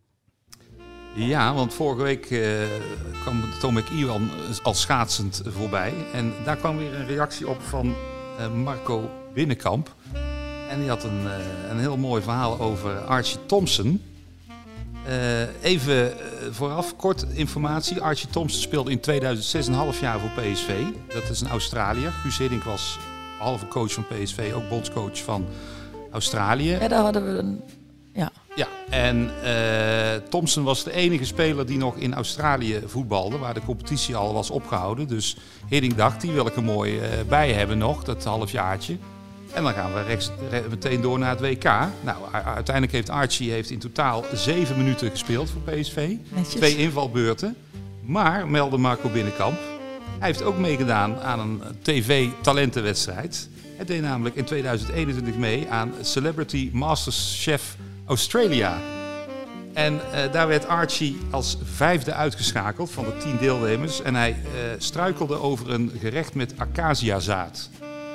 Ja, want vorige week uh, kwam Tomek Iwan als schaatsend voorbij. En daar kwam weer een reactie op van uh, Marco Binnenkamp. En die had een, uh, een heel mooi verhaal over Archie Thompson. Uh, even uh, vooraf, kort informatie. Archie Thompson speelde in tweeduizend zes een half jaar voor P S V. Dat is een Australiër. Guus Hiddink was halve coach van P S V, ook bondscoach van Australië. Ja, daar hadden we een... Ja. Ja, en uh, Thompson was de enige speler die nog in Australië voetbalde, waar de competitie al was opgehouden. Dus Hiddink dacht, die wil ik er mooi uh, bij hebben nog, dat halfjaartje. En dan gaan we rechts, re- meteen door naar het W K. Nou, u- uiteindelijk heeft Archie heeft in totaal zeven minuten gespeeld voor P S V. Netjes. Twee invalbeurten. Maar, meldde Marco Binnenkamp, hij heeft ook meegedaan aan een tv-talentenwedstrijd. Hij deed namelijk in tweeduizend eenentwintig mee aan Celebrity Masterchef Australia. En uh, daar werd Archie als vijfde uitgeschakeld van de tien deelnemers. En hij uh, struikelde over een gerecht met acaciazaad.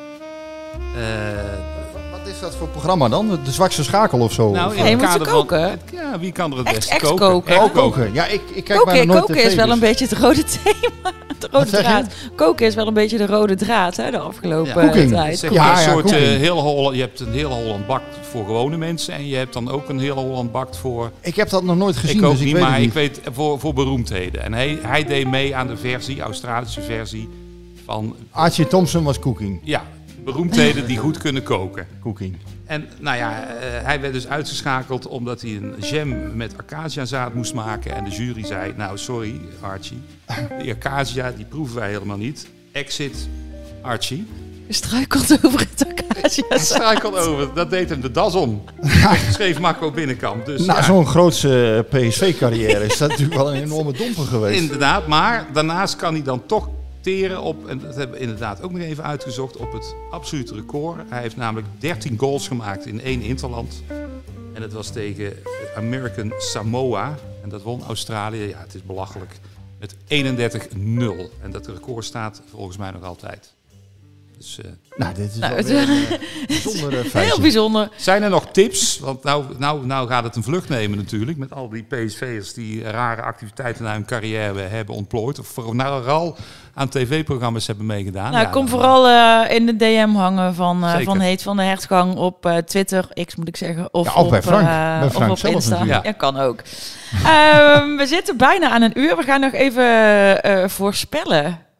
Uh, Wat is dat voor programma dan? De zwakste schakel of zo? nou, of, in nee, het moet ze kader van- koken? het- ja, wie kan er het Echt- beste echt koken? koken. Echt Oh, koken. Ja, ik, ik kijk Koken, bijna nooit koken tv, is wel dus- een beetje het rode thema. De rode Wat zeg je? draad. Koken is wel een beetje de rode draad, hè, de afgelopen Ja. uh, Cooking. tijd. Zeg Ja, maar een ja, soort uh, cooking. heel Holland, je hebt een hele Holland bakt voor gewone mensen en je hebt dan ook een hele Holland bakt voor... Ik heb dat nog nooit gezien, ik ook dus ik niet, weet maar het niet. ik weet voor, voor beroemdheden. En hij, hij deed mee aan de versie, Australische versie van Archie Thompson was cooking. ja, beroemdheden die goed kunnen koken. Cooking. En nou ja, uh, hij werd dus uitgeschakeld omdat hij een jam met acaciazaad moest maken. En de jury zei, nou sorry Archie, die acacia die proeven wij helemaal niet. Exit Archie. Je struikelt over het acacia. Hij struikelde over, dat deed hem de das om. Schreef Marco Binnenkamp. Dus, Na ja, zo'n grootse P S V-carrière is dat natuurlijk wel een enorme domper geweest. inderdaad, maar daarnaast kan hij dan toch teren op, en dat hebben we inderdaad ook nog even uitgezocht, op het absolute record. Hij heeft namelijk dertien goals gemaakt in één interland. En dat was tegen American Samoa. En dat won Australië, ja het is belachelijk, met eenendertig nul. En dat record staat volgens mij nog altijd. Dus, uh, Nou, dit is Nou, wel het- weer een uh, bijzondere feitje. Heel bijzonder. zijn er nog tips? Want nou, nou, nou gaat het een vlucht nemen natuurlijk. Met al die P S V'ers die rare activiteiten na hun carrière hebben ontplooid. Of vooral aan tv-programma's hebben meegedaan. Nou, Ja, kom dan- vooral uh, in de D M hangen van, uh, Zeker. van Heet van de Hertgang op uh, Twitter, X moet ik zeggen. Of Ja, of op, bij Frank. uh, Bij Frank of op zelf Insta. natuurlijk. Ja, kan ook. um, we zitten bijna aan een uur. We gaan nog even uh, voorspellen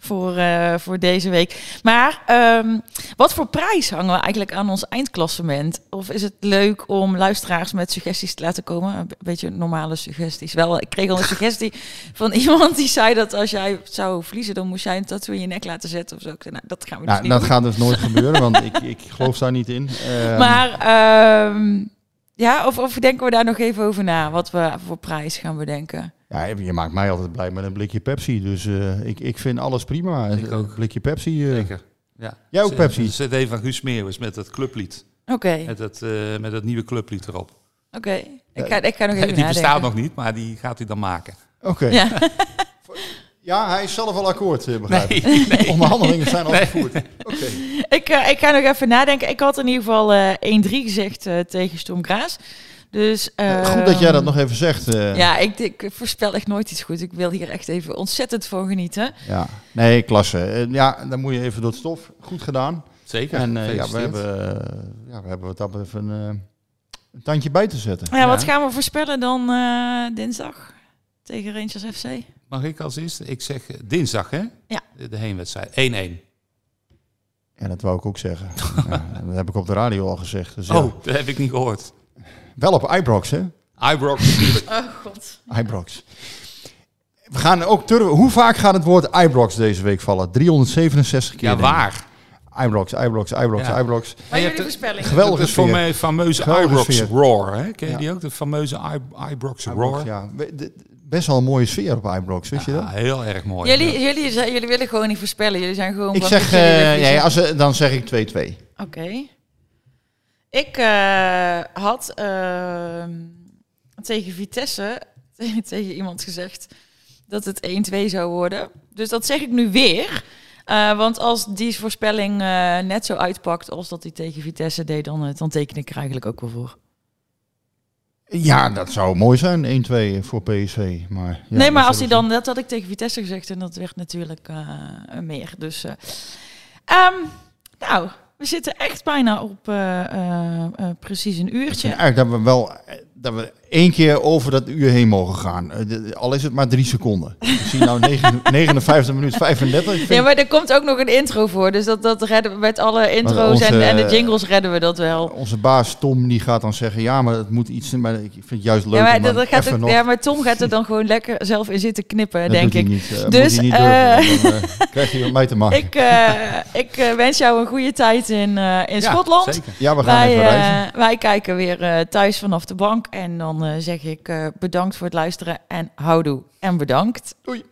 voor, uh, voor deze week. Maar um, wat voor prijs hangen we eigenlijk aan ons eindklassement? Of is het leuk om luisteraars met suggesties te laten komen? Een beetje normale suggesties. Wel, ik kreeg al een suggestie van iemand die zei dat als jij zou verliezen, dan moest jij een tattoo in je nek laten zetten of zo. Nou, dat gaan we dus nou, niet dat doen. gaat dus nooit gebeuren, want ik, ik geloof daar niet in. Um, Maar um, ja, of, of denken we daar nog even over na? Wat we voor prijs gaan bedenken? Ja, je maakt mij altijd blij met een blikje Pepsi. Dus uh, ik, ik vind alles prima. Ik ook. Een blikje Pepsi. Uh. Zeker. Ja. Jij ook Pepsi? De C D van Guus Meeuwis met het clublied. Oké. Okay. Met, het, uh, met het nieuwe clublied erop. Oké. Okay. Ik, ga, ik ga nog even Die nadenken. bestaat nog niet, maar die gaat hij dan maken. Oké. Okay. Ja. Ja, hij is zelf al akkoord, begrijp ik. Nee, nee. Onderhandelingen zijn al gevoerd. Nee. Oké. Okay. Ik, uh, ik ga nog even nadenken. Ik had in ieder geval uh, één drie gezegd uh, tegen Sturm Graz. Dus, uh, goed dat jij dat nog even zegt. Uh. Ja, ik, ik voorspel echt nooit iets goed. Ik wil hier echt even ontzettend van genieten. Ja, nee, klasse. Uh, ja, dan moet je even door het stof. Goed gedaan. Zeker. En uh, ja, we hebben, uh, ja, we hebben wat dat even uh, een tandje bij te zetten. Ja, ja. Wat gaan we voorspellen dan uh, dinsdag tegen Rangers F C? Mag ik als eerste? Ik zeg uh, dinsdag, hè? Ja. De, de heenwedstrijd. één één. Ja, dat wou ik ook zeggen. Ja, dat heb ik op de radio al gezegd. Dus oh, ja. dat heb ik niet gehoord. Wel op Ibrox, hè? Ibrox natuurlijk. Oh god. Ibrox. We gaan ook turven. Hoe vaak gaat het woord Ibrox deze week vallen? driehonderdzevenenzestig keer. Ja, waar? Ibrox, Ibrox, Ibrox, ja. Ibrox. Maar jullie de voorspelling? Geweldige sfeer. Voor mij fameuze Ibrox Roar, hè? Ken je ja. die ook? De fameuze Ibrox Roar. Ibrox, ja. Best wel een mooie sfeer op Ibrox, wist ja, je dat? Heel erg mooi. Jullie, ja. jullie, jullie willen gewoon niet voorspellen. Jullie zijn gewoon... Ik zeg, uh, nee, als, dan zeg ik twee twee. Oké. Okay. Ik uh, had uh, tegen Vitesse, tegen, tegen iemand gezegd dat het één twee zou worden. Dus dat zeg ik nu weer. Uh, want als die voorspelling uh, net zo uitpakt als dat hij tegen Vitesse deed, dan, uh, dan teken ik er eigenlijk ook wel voor. Ja, dat zou mooi zijn, één twee voor P S V. Maar, ja, nee, maar als hij dan, dat had ik tegen Vitesse gezegd en dat werd natuurlijk uh, meer. Dus, uh, um, nou, we zitten echt bijna op uh, uh, uh, precies een uurtje. Eigenlijk dat we wel dat we één keer over dat uur heen mogen gaan. Uh, al is het maar drie seconden. Ik zie nou negenenvijftig minuten vijfendertig. Vind... Ja, maar er komt ook nog een intro voor. Dus dat, dat redden we met alle intro's onze, en, en de jingles redden we dat wel. Onze baas Tom die gaat dan zeggen, ja, maar het moet iets... Maar ik vind het juist leuk ja, maar, om dat, dat gaat ook, nog... ja, maar Tom gaat er dan gewoon lekker zelf in zitten knippen, dat denk ik. Niet, uh, dus moet hij niet uh, durven, dan uh, krijg je met mij te maken. Ik, uh, ik uh, wens jou een goede tijd in, uh, in ja, Schotland. Zeker. Ja, we gaan wij, even reizen. Uh, wij kijken weer uh, thuis vanaf de bank. En dan uh, zeg ik uh, bedankt voor het luisteren en houdoe en bedankt. Doei.